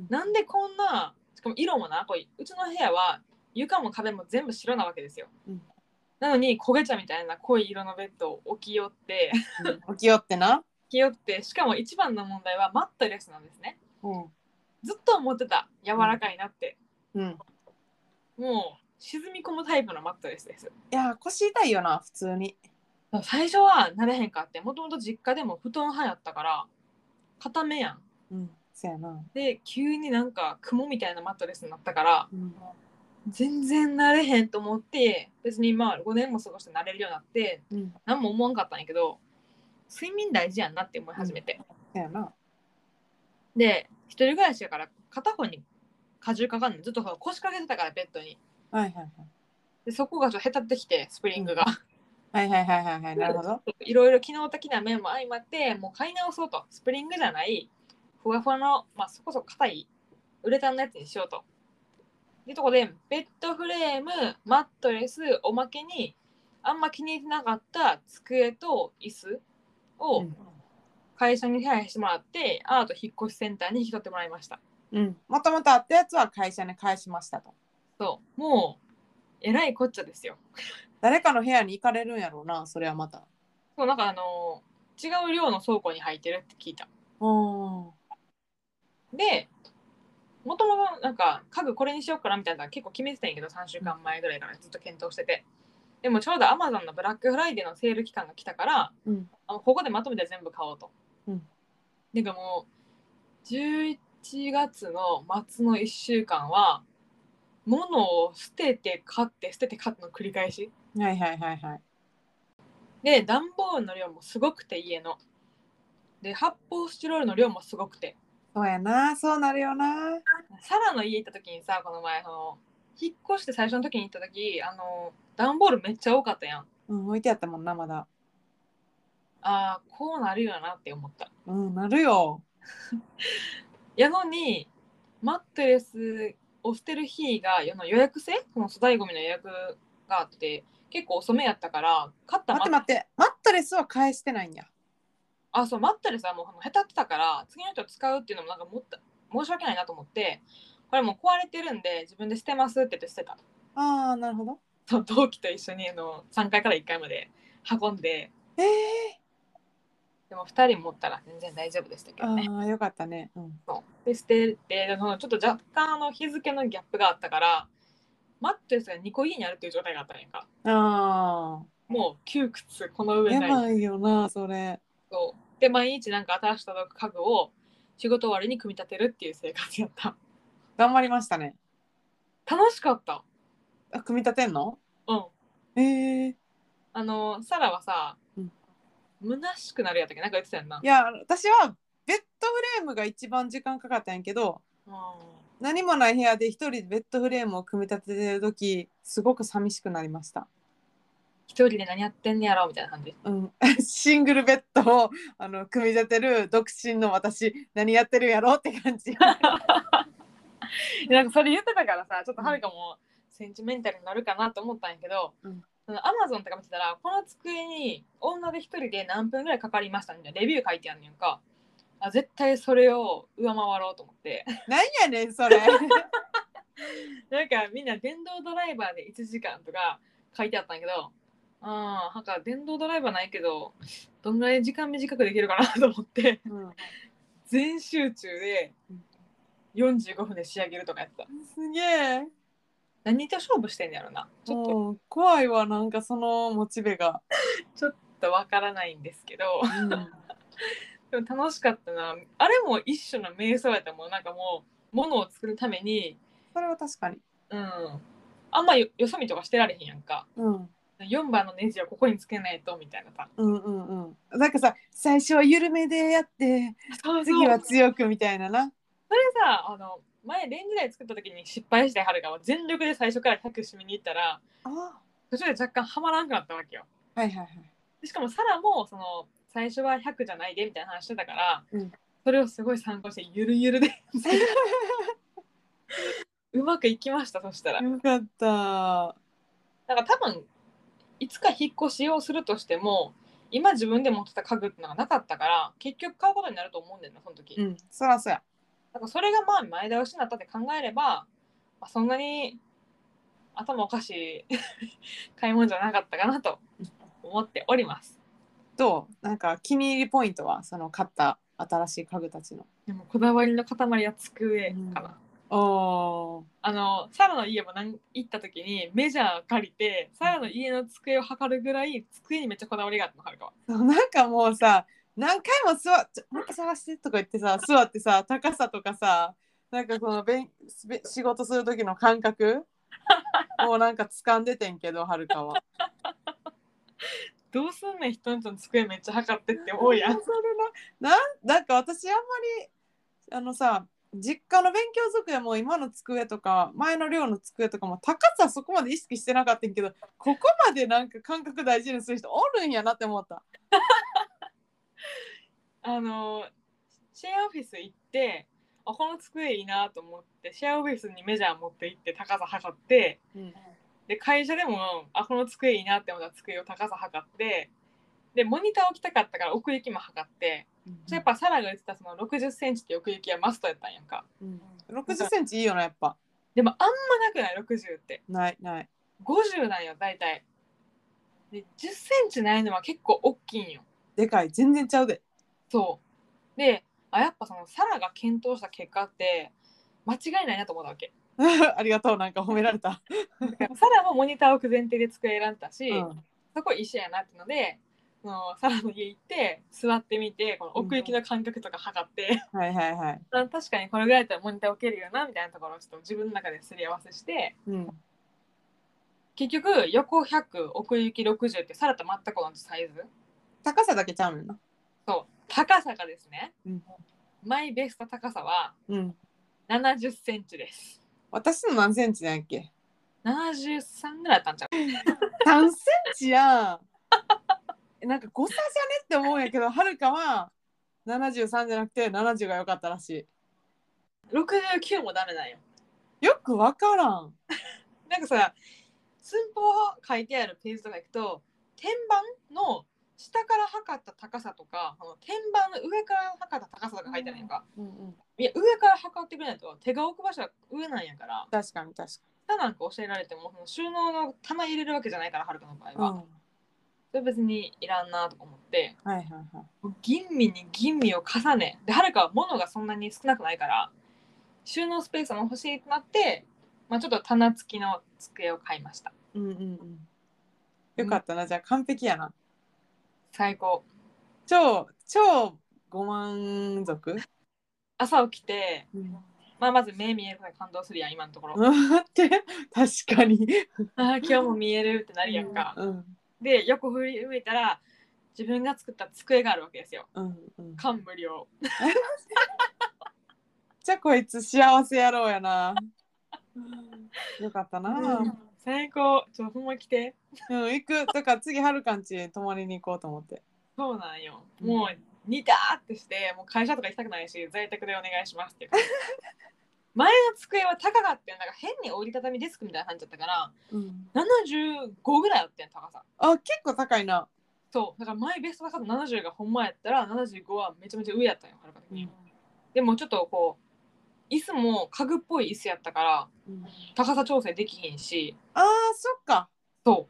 [SPEAKER 1] なんでこんな、しかも色もな、うちの部屋は床も壁も全部白なわけですよ。なのに焦げ茶みたいな濃い色のベッドを置き寄って
[SPEAKER 2] 置き寄ってな。
[SPEAKER 1] 置き寄って、しかも一番の問題はマットレスなんですね。ずっと思ってた、柔らかいなって。もう沈み込むタイプのマットレスです。
[SPEAKER 2] いや腰痛いよな普通に。
[SPEAKER 1] 最初は慣れへんかって、もともと実家でも布団派やったから固めやん。
[SPEAKER 2] そうやな。
[SPEAKER 1] で急になんか雲みたいなマットレスになったから、全然慣れへんと思って、別にまあ5年も過ごして慣れるようになって、何も思わんかったんやけど、睡眠大事やんなって思い始めて。
[SPEAKER 2] そうやな。
[SPEAKER 1] で一人暮らしやから片方に荷重かかんの、ずっと腰掛けてたからベッドに。でそこがちょっとへたってきて、スプリングが。
[SPEAKER 2] なるほど。
[SPEAKER 1] いろいろ機能的な面も相まって、もう買い直そうと。スプリングじゃないふわふわの、まあ、そこそこ硬いウレタンのやつにしようと。でとこでベッドフレーム、マットレス、おまけにあんま気に入ってなかった机と椅子を会社に手配してもらって、アート引っ越しセンターに引き取ってもらいました。
[SPEAKER 2] もともとあったやつは会社に返しましたと。
[SPEAKER 1] そう、もうえらいこっちゃですよ。
[SPEAKER 2] 誰かの部屋に行かれるんやろうな、それはまた。
[SPEAKER 1] そう、なんか違う量の倉庫に入ってるって聞いた。で、もともとなんか家具これにしようかなみたいなの結構決めてたんやけど、3週間前ぐらいからずっと検討してて。でもちょうど Amazon のブラックフライデーのセール期間が来たから、ここでまとめて全部買おうと。なんかもう11月の末の1週間は物を捨てて買って捨てて買っての繰り返し。 で段ボールの量もすごくて、家ので発泡スチロールの量もすごくて、
[SPEAKER 2] そうやな、そうなるよな。
[SPEAKER 1] サラの家行った時にさ、この前引っ越して最初の時に行った時、段ボールめっちゃ多かったやん。
[SPEAKER 2] うん、置いてあったもんな、まだ。
[SPEAKER 1] ああ、こうなるよなって思った。
[SPEAKER 2] うん、なるよ。
[SPEAKER 1] やのにマットレスを捨てる日が予約制、その粗大ゴミの予約があって結構遅めやったから、買った
[SPEAKER 2] 待って待って、マットレスは返してないんや。
[SPEAKER 1] そう、マットレスはもうへたってたから、次の人使うっていうのもなんか申し訳ないなと思って、これもう壊れてるんで自分で捨てますって言って捨てた。
[SPEAKER 2] ああ、なるほど。
[SPEAKER 1] そう同期と一緒に3階から1階まで運んで、でも2人持ったら全然大丈夫でしたけどね。
[SPEAKER 2] ああ、よかったね。うん。
[SPEAKER 1] そうで捨てて、ちょっと若干日付のギャップがあったから、マットレスが2個家にあるっていう状態があったんやんか。
[SPEAKER 2] ああ、
[SPEAKER 1] もう窮屈この上ない。
[SPEAKER 2] やばいよな、それ。
[SPEAKER 1] そうで毎日なんか新しく届く家具を仕事終わりに組み立てるっていう生活やった。
[SPEAKER 2] 頑張りましたね。
[SPEAKER 1] 楽しかった。
[SPEAKER 2] あ、組み立てんの？
[SPEAKER 1] うん。
[SPEAKER 2] ええ
[SPEAKER 1] サラはさ、
[SPEAKER 2] うん。
[SPEAKER 1] 虚しくなるやったっけ、なんか言ってたやんな。
[SPEAKER 2] いや、私はベッドフレームが一番時間かかったんやけど、
[SPEAKER 1] うん。
[SPEAKER 2] 何もない部屋で一人でベッドフレームを組み立ててる時すごく寂しくなりました。
[SPEAKER 1] 一人で何やってんねやろみたいな感じ。
[SPEAKER 2] うん、シングルベッドを組み立てる独身の私何やってるんやろって感じ。
[SPEAKER 1] なんかそれ言ってたからさ、ちょっとはるかもセンチメンタルになるかなと思ったんやけど、
[SPEAKER 2] うん、
[SPEAKER 1] アマゾンとか見てたら、この机に女で一人で何分ぐらいかかりましたみたいなレビュー書いてあるんやんか。絶対それを上回ろうと思って。
[SPEAKER 2] なんやねんそれ。
[SPEAKER 1] なんかみんな電動ドライバーで1時間とか書いてあったんやけど、なんか電動ドライバーないけど、どんぐらい時間短くできるかなと思って、
[SPEAKER 2] うん、
[SPEAKER 1] 全集中で45分で仕上げるとかやった。
[SPEAKER 2] すげえ。
[SPEAKER 1] 何と勝負してんやろな。ちょっと、
[SPEAKER 2] うん、怖いわ、なんかそのモチベが。
[SPEAKER 1] ちょっとわからないんですけど、
[SPEAKER 2] うん、
[SPEAKER 1] でも楽しかったな。あれも一種の瞑想やったもん。なんかもう、物を作るために、
[SPEAKER 2] それは確かに。
[SPEAKER 1] うん、あんまよそ見とかしてられへんやんか。
[SPEAKER 2] うん、
[SPEAKER 1] 4番のネジをここにつけないとみたいなさ。
[SPEAKER 2] うんうんうん。なんかさ、最初は緩めでやって
[SPEAKER 1] そうそう。
[SPEAKER 2] 次は強くみたいなな。
[SPEAKER 1] それさ、前レンジ台作った時に失敗してはるかは全力で最初から100締めに行ったら、
[SPEAKER 2] あ、
[SPEAKER 1] 途中で若干はまらんくなったわけよ。
[SPEAKER 2] はいはいはい。
[SPEAKER 1] でしかもサラも最初は100じゃないでみたいな話してたから、
[SPEAKER 2] うん、
[SPEAKER 1] それをすごい参考してゆるゆるでうまくいきました。そしたら
[SPEAKER 2] よかった。
[SPEAKER 1] なんか多分いつか引っ越しをするとしても、今自分で持ってた家具ってのがなかったから結局買うことになると思うんだよな、その時。
[SPEAKER 2] うん、そらそうや。
[SPEAKER 1] だからそれがまあ前倒しになったって考えれば、そんなに頭おかしい買い物じゃなかったかなと思っております。
[SPEAKER 2] なんか気に入りポイントはその買った新しい家具たちの。
[SPEAKER 1] でもこだわりの塊は机かな。
[SPEAKER 2] お
[SPEAKER 1] サラの家も行った時にメジャー借りて、サラの家の机を測るぐらい机にめっちゃこだわりがあったの、はるかは。
[SPEAKER 2] なんかもうさ、何回ももう一回探してとか言ってさ、座ってさ、高さとかさ、なんかこの仕事する時の感覚をなんか掴んでてんけど、はるかは。
[SPEAKER 1] どうすんねん、人の机めっちゃ測ってって思うやん。
[SPEAKER 2] それなんか私あんまりさ、実家の勉強机も今の机とか前の寮の机とかも高さそこまで意識してなかったんやけど、ここまでなんか感覚大事にする人おるんやなって思った。
[SPEAKER 1] シェアオフィス行って、この机いいなと思ってシェアオフィスにメジャー持って行って高さ測って、
[SPEAKER 2] うん、
[SPEAKER 1] で会社でもこの机いいなって思った机を高さ測って、でモニター置きたかったから奥行きも測って、やっぱサラが言ってたその60センチって奥行きはマストやったんやんか。
[SPEAKER 2] 60センチいいよな、やっぱ。
[SPEAKER 1] でもあんまなくない60って。
[SPEAKER 2] ないない。
[SPEAKER 1] 50なんよ大体。で10センチないのは結構大きいんよ。
[SPEAKER 2] でかい、全然ちゃうで。
[SPEAKER 1] そうで、やっぱそのサラが検討した結果って間違いないなと思ったわけ。
[SPEAKER 2] ありがとう、なんか褒められた。
[SPEAKER 1] サラもモニターを置く前提で机選んだし、
[SPEAKER 2] うん、
[SPEAKER 1] そこ一緒やなってので、サラの家行って座ってみて、この奥行きの感覚とか測って、
[SPEAKER 2] はいはいはい。
[SPEAKER 1] 確かにこれぐらいだったらモニター置けるよなみたいなところをちょっと自分の中ですり合わせして、
[SPEAKER 2] うん、
[SPEAKER 1] 結局横100奥行き60ってさらと全く同じサイズ。
[SPEAKER 2] 高さだけちゃうのよな。
[SPEAKER 1] そう高さがですね、
[SPEAKER 2] うん、
[SPEAKER 1] マイベスト高さは
[SPEAKER 2] うん。
[SPEAKER 1] 70センチです。
[SPEAKER 2] 私の何センチなんやっけ？
[SPEAKER 1] 73ぐらいあったんちゃう？
[SPEAKER 2] 3 センチやん。なんか誤差じゃねって思うんやけど、はるかは73じゃなくて70が良かったらしい。
[SPEAKER 1] 69もダメなんよ。
[SPEAKER 2] よくわからん。
[SPEAKER 1] なんかさ、寸法書いてあるページとか行くと、天板の下から測った高さとか、天板の上から測った高さとか書いてあるやんか。
[SPEAKER 2] うんうん、
[SPEAKER 1] いや、上から測ってくれないと手が置く場所は上なんやから。
[SPEAKER 2] 確かに確か
[SPEAKER 1] 下なんか教えられても、その収納の棚入れるわけじゃないから、はるかの場合
[SPEAKER 2] に。う
[SPEAKER 1] は。
[SPEAKER 2] ん。
[SPEAKER 1] それ別にいらんなとか思って、
[SPEAKER 2] はいはいはい。
[SPEAKER 1] 吟味に吟味を重ね、で、はるかは物がそんなに少なくないから、収納スペースも欲しいとなって、まあ、ちょっと棚付きの机を買いました。
[SPEAKER 2] うんうんうん。よかったな、じゃあ完璧やな。
[SPEAKER 1] 最高。
[SPEAKER 2] 超ご満足。
[SPEAKER 1] 朝起きて、
[SPEAKER 2] うん、
[SPEAKER 1] まあ、まず目見えるから感動するやん、今のところ。
[SPEAKER 2] って確かに。
[SPEAKER 1] ああ、今日も見えるってなるやんか。
[SPEAKER 2] うん
[SPEAKER 1] で、横振り向いたら、自分が作った机があるわけですよ。
[SPEAKER 2] うんうん。
[SPEAKER 1] 感無量。
[SPEAKER 2] じゃあこいつ幸せやろうやな。よかったな。
[SPEAKER 1] うん、最高。ほんま来て。
[SPEAKER 2] うん、行く。だから次はるかんち泊まりに行こうと思って。
[SPEAKER 1] そうなんよ。
[SPEAKER 2] うん、
[SPEAKER 1] もう、似たーってして、もう会社とか行きたくないし、在宅でお願いしますっていう感じ。前の机は高かったよ。なんか変に折りたたみデスクみたいな感じだったから、
[SPEAKER 2] うん、
[SPEAKER 1] 75ぐらいあってん、高さ。
[SPEAKER 2] あ、結構高いな。
[SPEAKER 1] そう。だから前ベスト高さ70がほんまやったら、75はめちゃめちゃ上やったんよ、はるか的に。
[SPEAKER 2] うん、
[SPEAKER 1] でもちょっとこう、椅子も家具っぽい椅子やったから、
[SPEAKER 2] うん、
[SPEAKER 1] 高さ調整できひんし、
[SPEAKER 2] あー、そっか。
[SPEAKER 1] そう。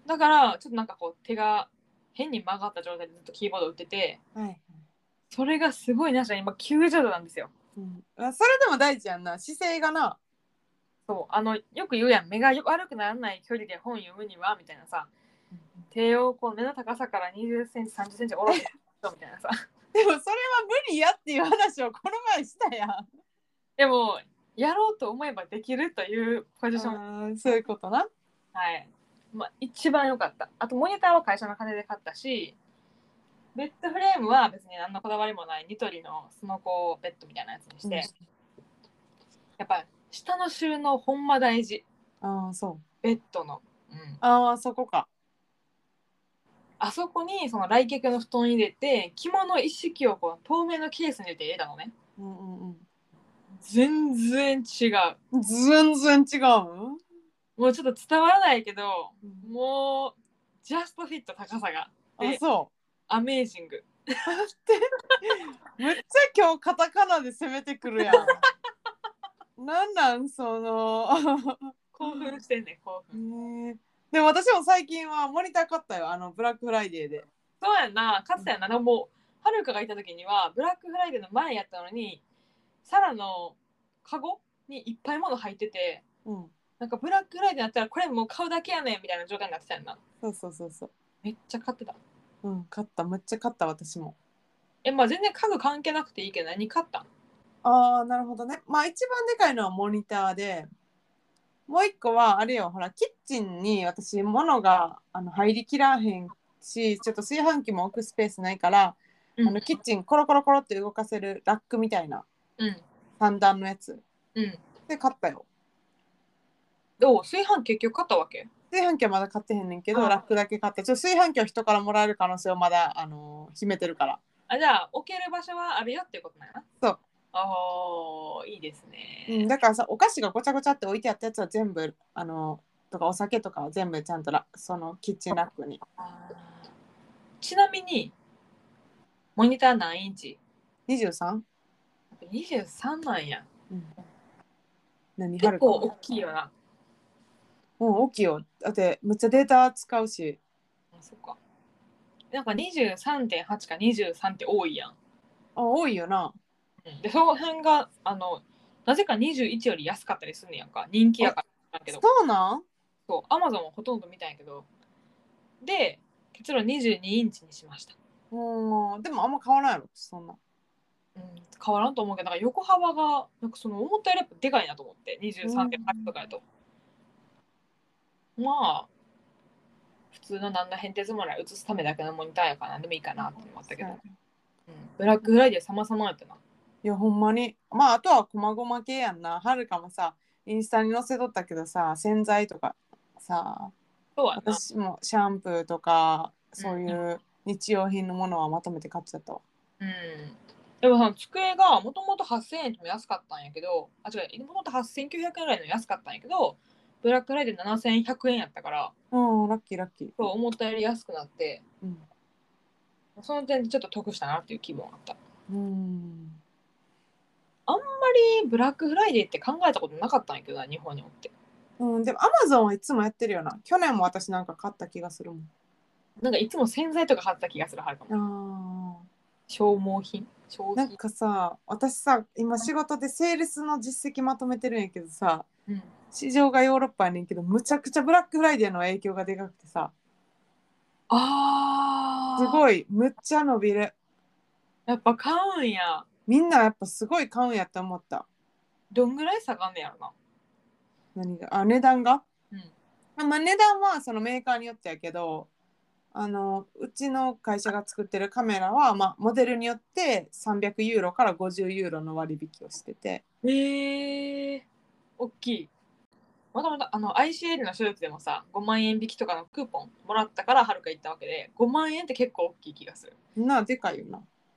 [SPEAKER 1] だから、ちょっとなんかこう、手が変に曲がった状態でずっとキーボード打ってて、
[SPEAKER 2] はい。
[SPEAKER 1] それがすごいなし今90度なんですよ。
[SPEAKER 2] うん、あ、それでも大事やんな。姿勢がな。
[SPEAKER 1] そう。よく言うやん。目が悪くならない距離で本読むには、みたいなさ、手をこう目の高さから20センチ、30センチ下ろすみたいなさ。
[SPEAKER 2] でもそれは無理やっていう話をこの前したやん。
[SPEAKER 1] でも、やろうと思えばできるというポジション。
[SPEAKER 2] あ、そういうことな。
[SPEAKER 1] はい。まあ、一番良かった。あと、モニターは会社の金で買ったし、ベッドフレームは別に何のこだわりもないニトリのスノコベッドみたいなやつにして、やっぱ下の収納ほんま大事。
[SPEAKER 2] ああ、そう。
[SPEAKER 1] ベッドの。うん。
[SPEAKER 2] ああ、そこか。
[SPEAKER 1] あそこにその来客の布団入れて、着物一式をこう透明のケースに入れて入れたのね。
[SPEAKER 2] うんうんうん。
[SPEAKER 1] 全然違う。
[SPEAKER 2] 全然違う。
[SPEAKER 1] もうちょっと伝わらないけど、
[SPEAKER 2] うん、
[SPEAKER 1] もう、ジャストフィット高さが。
[SPEAKER 2] あ、
[SPEAKER 1] で、
[SPEAKER 2] そ
[SPEAKER 1] アメージング。
[SPEAKER 2] う。待って。めっちゃ今日カタカナで攻めてくるやん。なんその。
[SPEAKER 1] 興奮してんねん、興奮。
[SPEAKER 2] でも私も最近はモニター買ったよ。ブラックフライデーで。
[SPEAKER 1] そうやんな、かつてやな、でももう、はるかがいた時には、ブラックフライデーの前やったのに、サラのカゴにいっぱい物入ってて、
[SPEAKER 2] うん。
[SPEAKER 1] なんかブラックフライデーになったらこれもう買うだけやねんみたいな状態になってたやんな。
[SPEAKER 2] そうそうそうそう。
[SPEAKER 1] めっちゃ買ってた。
[SPEAKER 2] うん、買った。めっちゃ買った、私も。
[SPEAKER 1] まあ全然家具関係なくていいけど、何買ったん？
[SPEAKER 2] ああ、なるほどね。まあ一番でかいのはモニターで、もう一個はあれよ、ほら、キッチンに私、物が入りきらへんし、ちょっと炊飯器も置くスペースないから、
[SPEAKER 1] うん、
[SPEAKER 2] キッチンコロコロコロって動かせるラックみたいな
[SPEAKER 1] うん、
[SPEAKER 2] 三段のやつ
[SPEAKER 1] うん。
[SPEAKER 2] で買ったよ。
[SPEAKER 1] どう炊飯器結局買ったわけ？
[SPEAKER 2] 炊飯器はまだ買ってへんねんけど、
[SPEAKER 1] あ
[SPEAKER 2] ラックだけ買った。炊飯器を人からもらえる可能性をまだ、秘めてるから。
[SPEAKER 1] じゃあ置ける場所はあるよっていうことなんやな。
[SPEAKER 2] そう。
[SPEAKER 1] ああ、いいです
[SPEAKER 2] うん、
[SPEAKER 1] ね。
[SPEAKER 2] だからさ、お菓子がごちゃごちゃって置いてあったやつは全部、とかお酒とかは全部ちゃんとそのキッチンラックに。
[SPEAKER 1] ちなみに、モニター何インチ？
[SPEAKER 2] 23？
[SPEAKER 1] 23 なんや。
[SPEAKER 2] うん。何は
[SPEAKER 1] 結構
[SPEAKER 2] るか。
[SPEAKER 1] 大きいよな。
[SPEAKER 2] うん、大きいよ。だって、むっちゃデータ使うし。
[SPEAKER 1] そっか。なんか23.8か23って多いやん。
[SPEAKER 2] あ、多いよな。
[SPEAKER 1] で、その辺が、なぜか21より安かったりすんねやんか。人気やからだけど。
[SPEAKER 2] そうなん？
[SPEAKER 1] そう、アマゾンはほとんど見たんやけど。で、結論22インチにしました。
[SPEAKER 2] うん、でもあんま変わらんやろ、そんな。
[SPEAKER 1] うん、変わらんと思うけど、なんか横幅が、なんかその思ったよりやっぱでかいなと思って、23.8とかやと。 まあ普通の何の変哲もない映すためだけのモニターやから何でもいいかなって思ったけど、ブラックフライデー様々やったな。
[SPEAKER 2] いやほんまにまああとは細々系やんな。はるかもさインスタに載せとったけどさ洗剤とかさ
[SPEAKER 1] そうやな。
[SPEAKER 2] 私もシャンプーとかそういう日用品のものはまとめて買っちゃったわ。
[SPEAKER 1] うん。でもさ、机がもともと8000円とも安かったんやけど、あ、違う、もともと8900円ぐらいの安かったんやけど、ブラックフライデー7100円やったから、
[SPEAKER 2] うんラッキーラッキー。
[SPEAKER 1] そう思ったより安くなって、
[SPEAKER 2] うん。
[SPEAKER 1] その点でちょっと得したなっていう気分あった。
[SPEAKER 2] うん。
[SPEAKER 1] あんまりブラックフライデーって考えたことなかったんやけどな、日本におって。
[SPEAKER 2] うん、でもアマゾンはいつもやってるよな。去年も私なんか買った気がするもん。
[SPEAKER 1] なんかいつも洗剤とか買った気がするはるかも。
[SPEAKER 2] あ
[SPEAKER 1] 消耗品
[SPEAKER 2] なんかさ、私さ、今仕事でセールスの実績まとめてるんやけどさ、
[SPEAKER 1] うん、
[SPEAKER 2] 市場がヨーロッパやねんけど、むちゃくちゃブラックフライデーの影響がでかくてさ、す
[SPEAKER 1] あ
[SPEAKER 2] ごい、むっちゃ伸びる。
[SPEAKER 1] ー、やっぱ買うんや。
[SPEAKER 2] みんなやっぱすごい買うんやって思った。
[SPEAKER 1] どんぐらい下がんねやろな。
[SPEAKER 2] 何が値段が
[SPEAKER 1] うん。
[SPEAKER 2] まあ値段はそのメーカーによってやけど、うちの会社が作ってるカメラは、まあ、モデルによって300ユーロから50ユーロの割引をしてて。
[SPEAKER 1] 大きい。またまたICL の手術でもさ、5万円引きとかのクーポンもらったからはるか行ったわけで、5万円って結構大きい気がする。
[SPEAKER 2] でかいよな。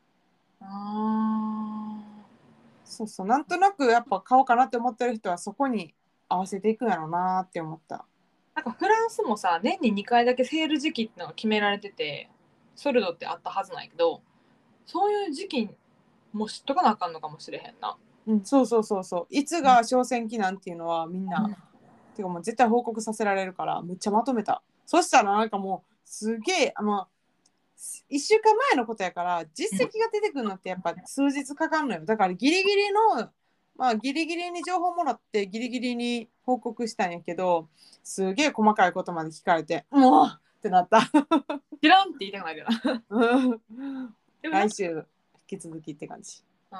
[SPEAKER 1] あ
[SPEAKER 2] そうそう、なんとなくやっぱ買おうかなって思ってる人はそこに合わせていくんやろうなって思った。
[SPEAKER 1] なんかフランスもさ、年に2回だけセール時期ってのが決められてて、ソルドってあったはずなんやけど、そういう時期も知っとかなあかんのかもしれへんな。
[SPEAKER 2] うん、そうそうそうそう。いつが商戦期なんていうのはみんな、てかもう絶対報告させられるから、むっちゃまとめた。そしたらなんかもうすげえ、1週間前のことやから実績が出てくるのってやっぱ数日かかんのよ。だからギリギリの、まあギリギリに情報もらってギリギリに報告したんやけど、すげえ細かいことまで聞かれて、もうってなった。
[SPEAKER 1] 知らんって言いたくないけどな。でもなんか
[SPEAKER 2] 来週引き続きって感じ。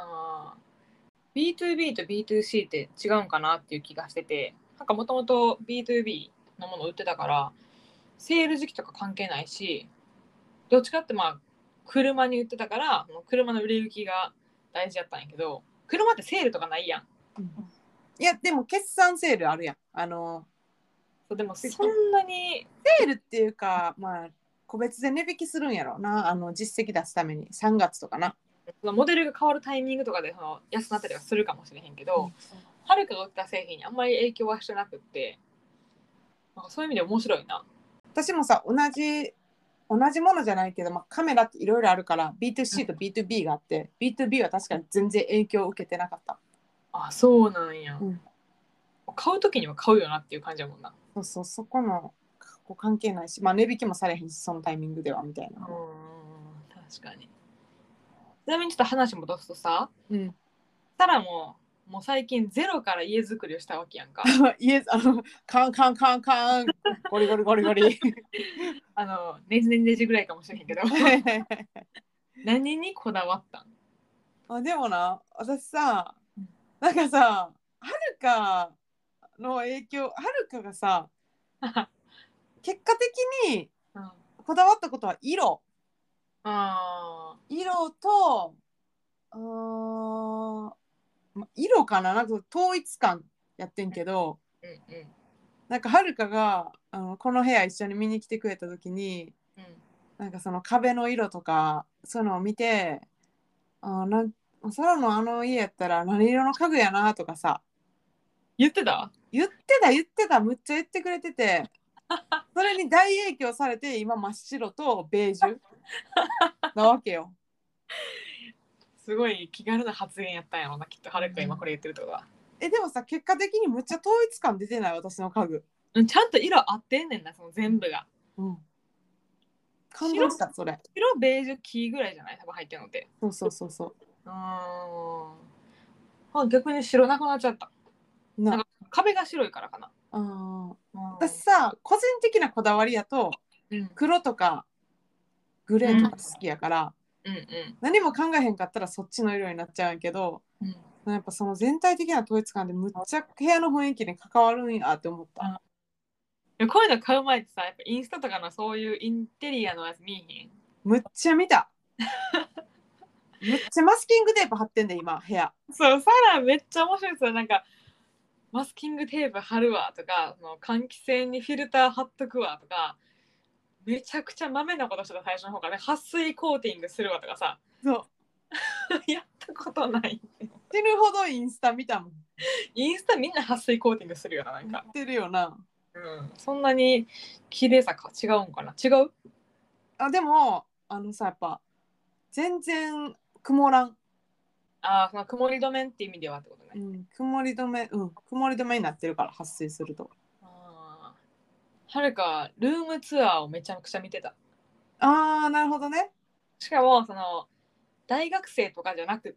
[SPEAKER 1] B2B と B2C って違うんかなっていう気がしてて、なんかもともと B2B のものを売ってたから、セール時期とか関係ないし、どっちかってまあ、車に売ってたから、車の売れ行きが大事やったんやけど、車ってセールとかないやん。
[SPEAKER 2] いやでも決算セールあるやん。
[SPEAKER 1] そうでもそんなに、
[SPEAKER 2] セールっていうかまあ個別で値引きするんやろうな、実績出すために3月とかな。
[SPEAKER 1] そのモデルが変わるタイミングとかで安くなったりはするかもしれへんけど、はるかが売った製品にあんまり影響はしてなくって、なんかそういう意味で面白いな。
[SPEAKER 2] 私もさ同じものじゃないけど、まあ、カメラっていろいろあるから B2C と B2B があって B2B は確かに全然影響を受けてなかった。
[SPEAKER 1] あ、そうなんや。
[SPEAKER 2] うん、
[SPEAKER 1] 買う時には買うよなっていう感じやもんな。
[SPEAKER 2] そうそう、そこの関係ないし、まあ、値引きもされへんしそのタイミングではみたいな。
[SPEAKER 1] 確かに。ちなみにちょっと話戻すとさ、
[SPEAKER 2] うん。
[SPEAKER 1] サラもう最近ゼロから家づくりをしたわけやんか。
[SPEAKER 2] イエス、カンカンカンカン、ゴリゴリゴリゴリ。
[SPEAKER 1] ねじねじねじぐらいかもしれへんけど。何にこだわったん？
[SPEAKER 2] でもな、私さ、なんかさ、はるかの影響、はるかがさ、結果的に
[SPEAKER 1] うん、
[SPEAKER 2] こだわったことは色。
[SPEAKER 1] あ
[SPEAKER 2] 色と、あー色かな、なんか統一感やってんけど、
[SPEAKER 1] うんうん
[SPEAKER 2] なんかはるかがこの部屋一緒に見に来てくれた時に、
[SPEAKER 1] うん。
[SPEAKER 2] なんかその壁の色とかそういうのを見て、空のあの家やったら何色の家具やなとかさ、
[SPEAKER 1] 言ってた？
[SPEAKER 2] 言ってた、むっちゃ言ってくれてて、それに大影響されて今真っ白とベージュなわけよ。
[SPEAKER 1] すごい気軽な発言やったんやろな、きっとはるかが今これ言ってるってことは。
[SPEAKER 2] でもさ、結果的にむっちゃ統一感出てない私の家具。
[SPEAKER 1] ちゃんと色合ってんねんな、その全部が。
[SPEAKER 2] うん。感動した、それ。
[SPEAKER 1] 白、ベージュ、黄ぐらいじゃない？多分入ってるのって。
[SPEAKER 2] そうそうそうそ
[SPEAKER 1] 逆に白なくなっちゃった。
[SPEAKER 2] う。
[SPEAKER 1] なんか壁が白いからかな。
[SPEAKER 2] 私さ、個人的なこだわりやと、
[SPEAKER 1] うん、
[SPEAKER 2] 黒とかグレーとか好きやから、
[SPEAKER 1] うんうん
[SPEAKER 2] 何も考えへんかったらそっちの色になっちゃうんやけど、やっぱその全体的な統一感でむっちゃ部屋の雰囲気に関わるんやって思った。
[SPEAKER 1] でもこういうの買う前ってさ、やっぱインスタとかのそういうインテリアのやつ見えへん？
[SPEAKER 2] むっちゃ見た。むっちゃマスキングテープ貼ってんで今部屋。
[SPEAKER 1] そう、サラめっちゃ面白いですよ。なんか、マスキングテープ貼るわとか、その換気扇にフィルター貼っとくわとか、めちゃくちゃ豆なことしてた最初の方からね、撥水コーティングするわとかさ、
[SPEAKER 2] そう。
[SPEAKER 1] やったことない。
[SPEAKER 2] 死ぬほどインスタ見たもん。
[SPEAKER 1] インスタみんな撥水コーティングするよな、なんか。
[SPEAKER 2] やってるよな。
[SPEAKER 1] うん、そんなに綺麗さか違うんかな。違う？
[SPEAKER 2] あ、でも、やっぱ、全然曇らん。
[SPEAKER 1] ああ、その曇り止めって意味ではってことね。
[SPEAKER 2] 曇り止め、曇り止めになってるから発生すると。
[SPEAKER 1] ああ、はるかルームツアーをめちゃくちゃ見てた。
[SPEAKER 2] あー、なるほどね。
[SPEAKER 1] しかも、その、大学生とかじゃなくって、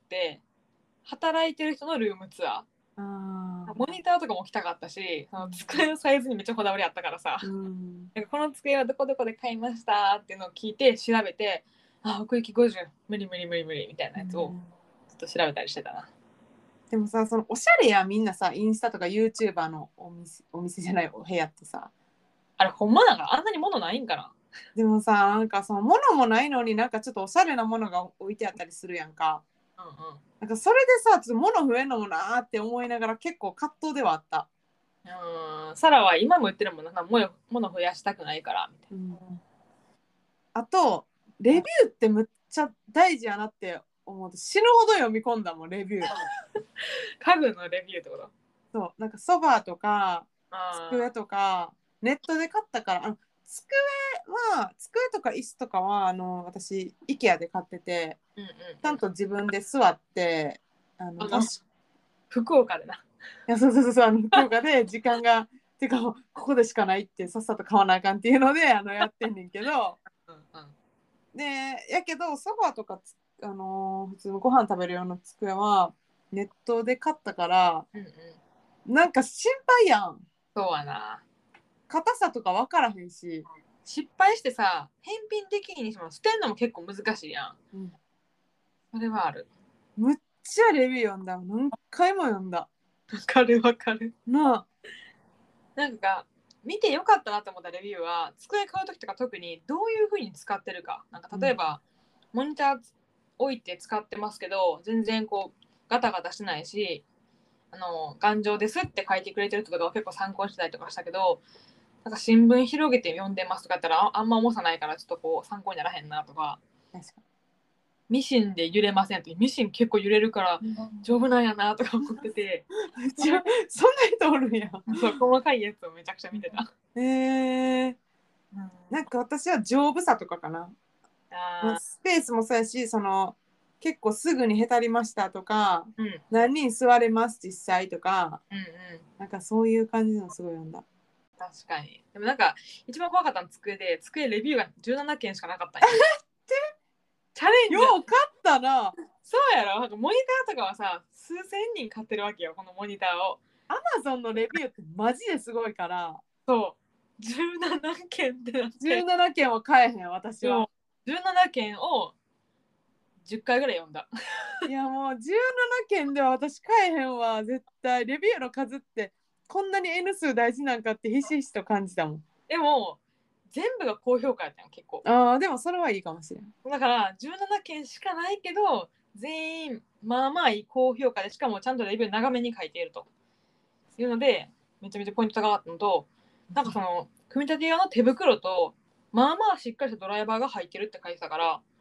[SPEAKER 1] 働いてる人のルームツアー。モニターとかも来たかったし、その机のサイズにめっちゃこだわりあったからさ、なんかこの机はどこどこで買いましたっていうのを聞いて調べて、あ、奥行き50、無理無理無理無理みたいなやつをちょっと調べたりしてたな。
[SPEAKER 2] でもさ、そのおしゃれやみんなさ、インスタとか YouTuber のお店じゃないお部屋ってさ。
[SPEAKER 1] あれ、ほんまなんかあんなに物ないんかな？
[SPEAKER 2] でもさ、なんかその物もないのになんかちょっとおしゃれなものが置いてあったりするやんか。
[SPEAKER 1] うんうん。
[SPEAKER 2] なんかそれでさ、ちょっと物増えんのもなーって思いながら結構葛藤ではあった。
[SPEAKER 1] サラは今も言ってるもんな、物増やしたくないからみたいな。
[SPEAKER 2] あと、レビューってむっちゃ大事やなって思うと死ぬほど読み込んだもん、レビュー。
[SPEAKER 1] 家具のレビューってこと？
[SPEAKER 2] そう、なんかソファーとか机
[SPEAKER 1] あ
[SPEAKER 2] とかネットで買ったから、机とか椅子とかは私 IKEA で買ってて、
[SPEAKER 1] うんうん、
[SPEAKER 2] ちゃんと自分で座って
[SPEAKER 1] 福岡でな。
[SPEAKER 2] いや、そうそうそうそう、福岡で時間がてかここでしかないってさっさと買わなあかんっていうのでやってんねんけど、
[SPEAKER 1] うんうん、
[SPEAKER 2] でやけどソファーとか普通のご飯食べるような机はネットで買ったから、
[SPEAKER 1] うんうん、
[SPEAKER 2] なんか心配やん。
[SPEAKER 1] そうやな。
[SPEAKER 2] 硬さとか分からへんし、
[SPEAKER 1] 失敗してさ、返品できにしても捨てんのも結構難しいやん。それはある。
[SPEAKER 2] むっちゃレビュー読んだ。何回も読んだ。
[SPEAKER 1] わかるわかる。
[SPEAKER 2] なあ。
[SPEAKER 1] なんか見てよかったなと思ったレビューは、机買う時とか特にどういう風に使ってるか。なんか例えば、モニター置いて使ってますけど、全然こうガタガタしないし、頑丈ですって書いてくれてる人とかを結構参考にしてたりとかしたけど、なんか新聞広げて読んでますとかやったらあんま重さないからちょっとこう参考にならへんなとか、
[SPEAKER 2] 確か
[SPEAKER 1] ミシンで揺れませんってミシン結構揺れるから丈夫なんやなとか思ってて、
[SPEAKER 2] そんな人おるんや。
[SPEAKER 1] そう細かいやつをめちゃくちゃ見てた。
[SPEAKER 2] なんか私は丈夫さとかかな。スペースもそうやし、結構すぐにへたりましたとか、何人座れます実際とか、なんかそういう感じのすごい読んだ。
[SPEAKER 1] 確かに。でもなんか一番怖かったのは机で、机レビューが17件しかなかったんや。チャレンジ。
[SPEAKER 2] よう買ったな。
[SPEAKER 1] そうやろ。なんかモニターとかはさ、数千人買ってるわけよ、このモニターを。
[SPEAKER 2] アマゾンのレビューってマジですごいから。
[SPEAKER 1] そう。17件ってなって。
[SPEAKER 2] 17件は買えへん、私は。
[SPEAKER 1] 17件を10回ぐらい読んだ。
[SPEAKER 2] いやもう17件では私買えへんわ、絶対。レビューの数ってこんなに N 数大事なんかってひしひしと感じたもん。
[SPEAKER 1] でも、全部が高評価やったよ、結構。
[SPEAKER 2] ああ、でもそれはいいかもしれん。
[SPEAKER 1] だから17件しかないけど、全員まあまあいい高評価で、しかもちゃんとレビュー長めに書いているというので、めちゃめちゃポイント高かったのと、なんかその組み立て用の手袋とまあまあしっかりしたドライバーが入ってるって書いてたから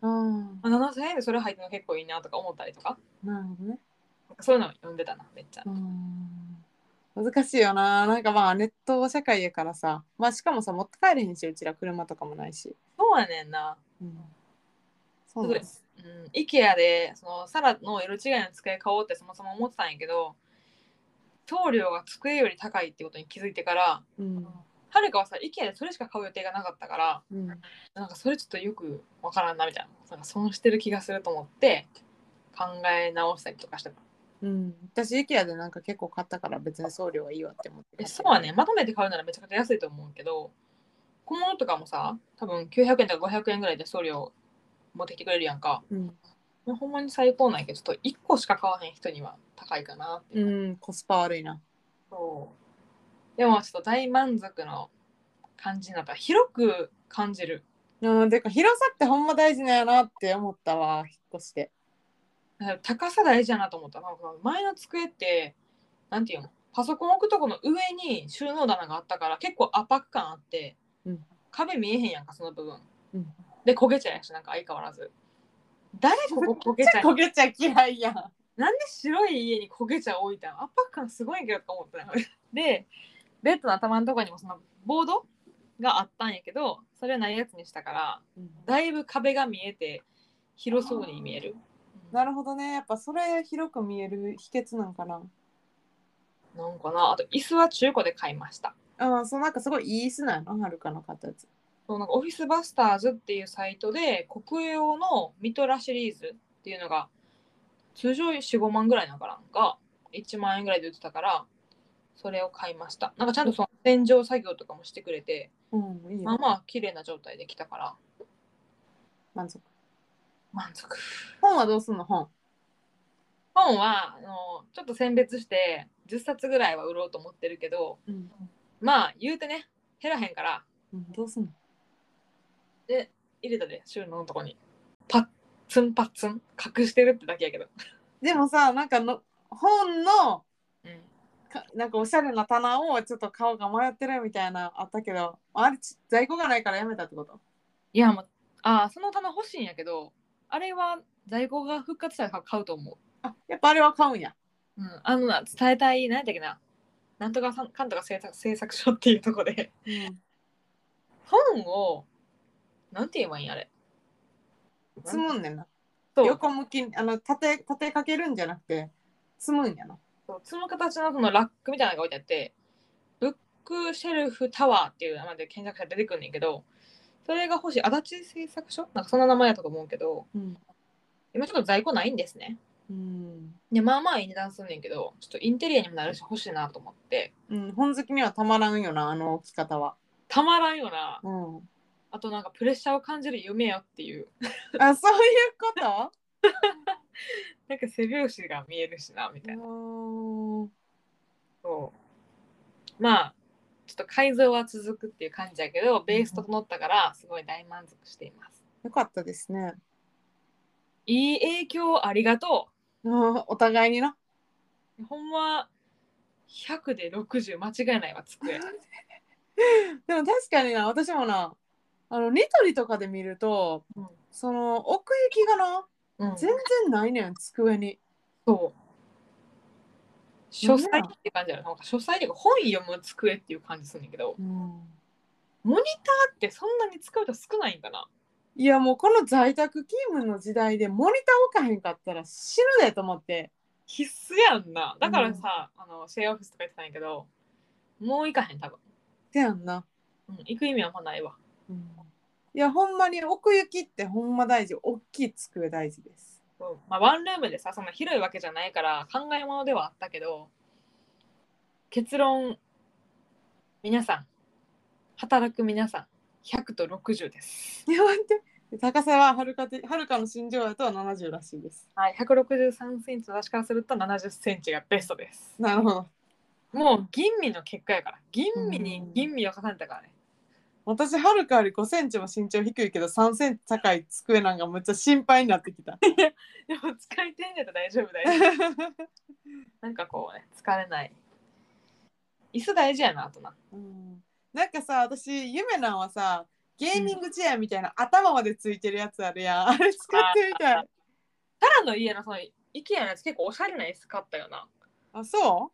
[SPEAKER 1] 、7000円でそれ入ってるの結構いいなとか思ったりとか。
[SPEAKER 2] なるほどね。
[SPEAKER 1] そういうの読んでたな、めっちゃ。
[SPEAKER 2] 難しいよな。なんかまあネット社会やからさ、まあしかもさ、持って帰れへんし、うちら車とかもないし。
[SPEAKER 1] そうやねんな。
[SPEAKER 2] そうです。
[SPEAKER 1] IKEA でそのサラの色違いの机買おうってそもそも思ってたんやけど、送料が机より高いってことに気づいてから、はるかはさ、IKEA でそれしか買う予定がなかったから、なんかそれちょっとよくわからんなみたいな、なんか損してる気がすると思って考え直したりとかしてた。
[SPEAKER 2] 私 IKEA でなんか結構買ったから別に送料はいいわって思って。
[SPEAKER 1] そうはね、まとめて買うならめちゃくちゃ安いと思うけど、小物とかもさ、多分900円とか500円ぐらいで送料持ってきてくれるやんか。ほんまに最高なんやけど、ちょっと1個しか買わへん人には高いかなって。
[SPEAKER 2] コスパ悪いな。
[SPEAKER 1] そう。でもちょっと大満足の感じになった。広く感じる。
[SPEAKER 2] てか広さってほんま大事なんやなって思ったわ、引っ越して。
[SPEAKER 1] 高さ大事やなと思った。なんか前の机ってなんていうの、パソコン置くとこの上に収納棚があったから結構圧迫感あって、
[SPEAKER 2] うん、
[SPEAKER 1] 壁見えへんやんかその部分、
[SPEAKER 2] うん、
[SPEAKER 1] で焦げ茶やし、なんか相変わらず誰ここ焦げ茶
[SPEAKER 2] 焦げ茶嫌いやん。
[SPEAKER 1] なんで白い家に焦げ茶置いたん、圧迫感すごいけどとか思ってでベッドの頭のとこにもそのボードがあったんやけど、それはないやつにしたから、だいぶ壁が見えて広そうに見える。
[SPEAKER 2] なるほどね。やっぱそれ広く見える秘訣なんかな。
[SPEAKER 1] なんかな。あと椅子は中古で買いました。
[SPEAKER 2] そう、なんかすごいいい椅子なの、はるかの形。
[SPEAKER 1] そうなんかオフィスバスターズっていうサイトで国用のミトラシリーズっていうのが通常4、5万ぐらいなのかなが1万円ぐらいで売ってたから、それを買いました。なんかちゃんとその洗浄作業とかもしてくれて、
[SPEAKER 2] いいよ。
[SPEAKER 1] まあまあ綺麗な状態できたから
[SPEAKER 2] 満足。
[SPEAKER 1] 本
[SPEAKER 2] はどうすんの？本
[SPEAKER 1] はちょっと選別して10冊ぐらいは売ろうと思ってるけど、まあ言うてね減らへんから、
[SPEAKER 2] どうすんの？
[SPEAKER 1] で入れたで収納のとこにパッツンパッツン隠してるってだけやけど。
[SPEAKER 2] でもさ、なんかの本のなんかおしゃれな棚をちょっと買おうか迷ってるみたいなあったけど、あれ在庫がないからやめたってこと？
[SPEAKER 1] いやもうその棚欲しいんやけど、あれは在庫が復活したら買うと思う。
[SPEAKER 2] やっぱあれは買うんや。
[SPEAKER 1] 伝えたい、何だっけな、なんとかかんとか製作所っていうとこで、本をなんて言えばいいんあれ、
[SPEAKER 2] 積むんねんな。
[SPEAKER 1] そう
[SPEAKER 2] 横向き立てかけるんじゃなくて積むんやな。
[SPEAKER 1] そう積む形のそのラックみたいなのが置いてあって、ブックシェルフタワーっていう名前で検索したら出てくるんねんけど、それが欲しい。足立製作所なんかそんな名前やったと思うけど、今ちょっと在庫ないんですね。でまあまあいい値段すんねんけど、ちょっとインテリアにもなるし欲しいなと思って。
[SPEAKER 2] 本好きにはたまらんよな、あの置き方は。
[SPEAKER 1] たまらんよな。あとなんかプレッシャーを感じる夢よっていう。
[SPEAKER 2] そういうこと？
[SPEAKER 1] なんか背拍子が見えるしなみたいな。そうまあちょっと改造は続くっていう感じやけど、ベース整ったからすごい大満足しています。
[SPEAKER 2] よかったですね。
[SPEAKER 1] いい影響ありがと
[SPEAKER 2] う。お互いにな。
[SPEAKER 1] ほんま100で60間違いないわ机。
[SPEAKER 2] でも確かにな、私もな、ニトリとかで見ると、その奥行きがな、全然ないねん、机に。
[SPEAKER 1] そう。書斎って感じだよ。なんか書斎で本読む机っていう感じするんだけど、モニターってそんなに使うと少ないんかな。
[SPEAKER 2] いやもうこの在宅勤務の時代でモニター置かへんかったら死ぬでと思って。
[SPEAKER 1] 必須やんな。だからさ、シェアオフィスとか言ってたんやけど、もう行かへん多分。
[SPEAKER 2] せやんな。
[SPEAKER 1] 行く意味はあんまないわ。
[SPEAKER 2] いやほんまに奥行きってほんま大事。大きい机大事です。
[SPEAKER 1] ワンルームでさ、そんな広いわけじゃないから考え物ではあったけど、結論、皆さん、働く皆さん、100と60です。
[SPEAKER 2] いや待って、高さははるかの身長だと70らしいです。
[SPEAKER 1] はい、163センチの私からすると70センチがベストです。
[SPEAKER 2] なるほど。
[SPEAKER 1] もう吟味の結果やから、吟味に吟味を重ねたからね。
[SPEAKER 2] 私はるかより5センチも身長低いけど3センチ高い机なんかむっちゃ心配になってきた。
[SPEAKER 1] でも使いてんねと大丈夫大丈夫。なんかこうね、疲れない。椅子大事やな、あとな。
[SPEAKER 2] なんかさ、私夢なんはさ、ゲーミングチェアみたいな、頭までついてるやつあるやん。あれ使ってみたい。
[SPEAKER 1] タラの家のその IKEA のやつ結構おしゃれな椅子買ったよな。
[SPEAKER 2] そう？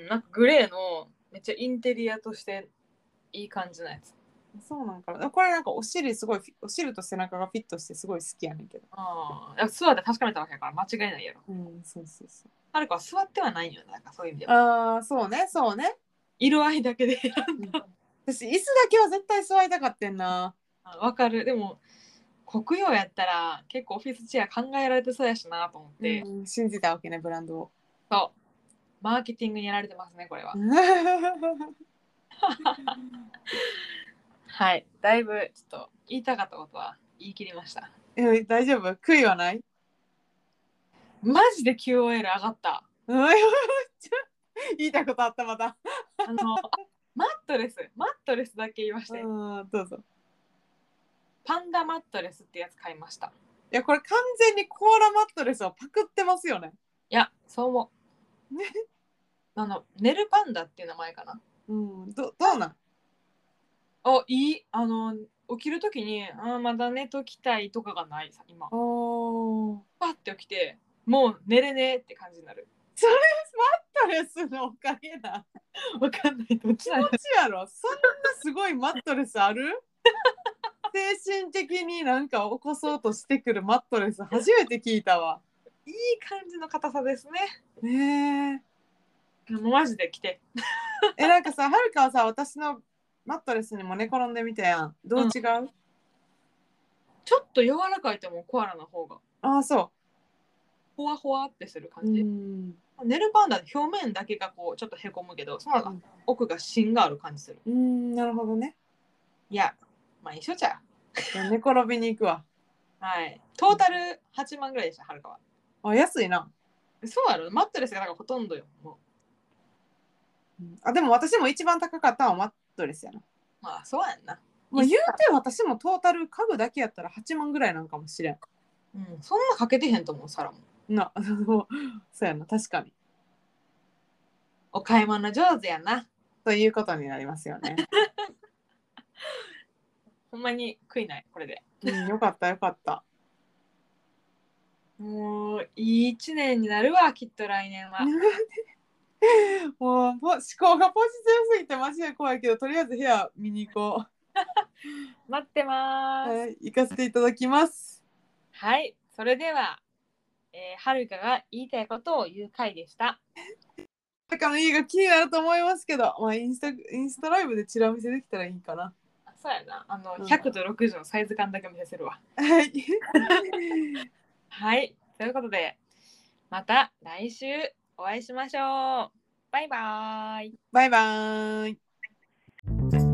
[SPEAKER 1] なんかグレーのめっちゃインテリアとしていい感じのやつ。
[SPEAKER 2] そうなんかな。これなんかお尻お尻と背中がフィットしてすごい好きやねんけど。
[SPEAKER 1] 座って確かめたわけやから間違いないやろ。
[SPEAKER 2] そうそうそう。
[SPEAKER 1] はるかは座ってはないよね。なんかそういう意味では。
[SPEAKER 2] そうね、そうね。
[SPEAKER 1] 色合いだけで。
[SPEAKER 2] 私、椅子だけは絶対座りたかってんな。
[SPEAKER 1] わかる。でも、国用やったら結構オフィスチェア考えられてそうやしなと思って。
[SPEAKER 2] 信じたわけね、ブランドを。
[SPEAKER 1] そう。マーケティングにやられてますね、これは。はい。だいぶちょっと言いたかったことは言い切りました。
[SPEAKER 2] 大丈夫？悔いはない？
[SPEAKER 1] マジで QOL 上がった。
[SPEAKER 2] 言いたいことあったまた。
[SPEAKER 1] マットレスだけ言わして。
[SPEAKER 2] どうぞ。
[SPEAKER 1] パンダマットレスってやつ買いました。い
[SPEAKER 2] や、これ完全にコアラマットレスをパクってますよね。
[SPEAKER 1] いや、そう思う。ネルパンダっていう名前かな。
[SPEAKER 2] どうなん？
[SPEAKER 1] いい。起きるときに、まだ寝ときたいとかがないさ、今。パッて起きて、もう寝れねえって感じになる。
[SPEAKER 2] それマットレスのおかげだ。
[SPEAKER 1] わかんない。どっち
[SPEAKER 2] 気持ちやろ。そんなすごいマットレスある？精神的になんか起こそうとしてくるマットレス初めて聞いたわ。
[SPEAKER 1] いい感じの硬さですね。
[SPEAKER 2] ね
[SPEAKER 1] え。もうマジで来て。
[SPEAKER 2] なんかさ、はるかはさ、私のマットレスにも寝転んでみたやん。どう違う？
[SPEAKER 1] ちょっと柔らかいと思う、コアラの方が。
[SPEAKER 2] ああ、そう。
[SPEAKER 1] ほわほわってする感じ。ネルパンダ表面だけがこうちょっとへこむけど、その奥が芯がある感じする。
[SPEAKER 2] なるほどね。
[SPEAKER 1] いや、まあ一緒じゃ。
[SPEAKER 2] 寝転びに行くわ。
[SPEAKER 1] はい。トータル8万ぐらいでした、はるかは。
[SPEAKER 2] あ、安いな。
[SPEAKER 1] そうやろ、マットレスがなんかほとんどよ。も
[SPEAKER 2] うでも私も一番高かったのはマットレスやな。
[SPEAKER 1] まあそうやんな。
[SPEAKER 2] まあ、言うて私もトータル家具だけやったら8万ぐらいなんかもしれん。
[SPEAKER 1] そんなかけてへんと思う、サラも。
[SPEAKER 2] そうやな、確かに。
[SPEAKER 1] お買い物上手やな。
[SPEAKER 2] ということになりますよね。
[SPEAKER 1] ほんまに悔いない、これで。
[SPEAKER 2] よかったよかった。
[SPEAKER 1] もういい1年になるわ、きっと来年は。
[SPEAKER 2] もう思考がポジティブすぎてマジで怖いけど、とりあえず部屋見に行こ
[SPEAKER 1] う。待ってます。
[SPEAKER 2] はい、行かせていただきます。
[SPEAKER 1] はい、それでは、はるかが言いたいことを言う回でした。
[SPEAKER 2] はるかの家が気になると思いますけど、まあ、インスタライブでチラ見せできたらいいかな。
[SPEAKER 1] そうやな。100と60のサイズ感だけ見せるわ。
[SPEAKER 2] はい。
[SPEAKER 1] はい。ということで、また来週お会いしましょう。バイバーイ。
[SPEAKER 2] バイバーイ。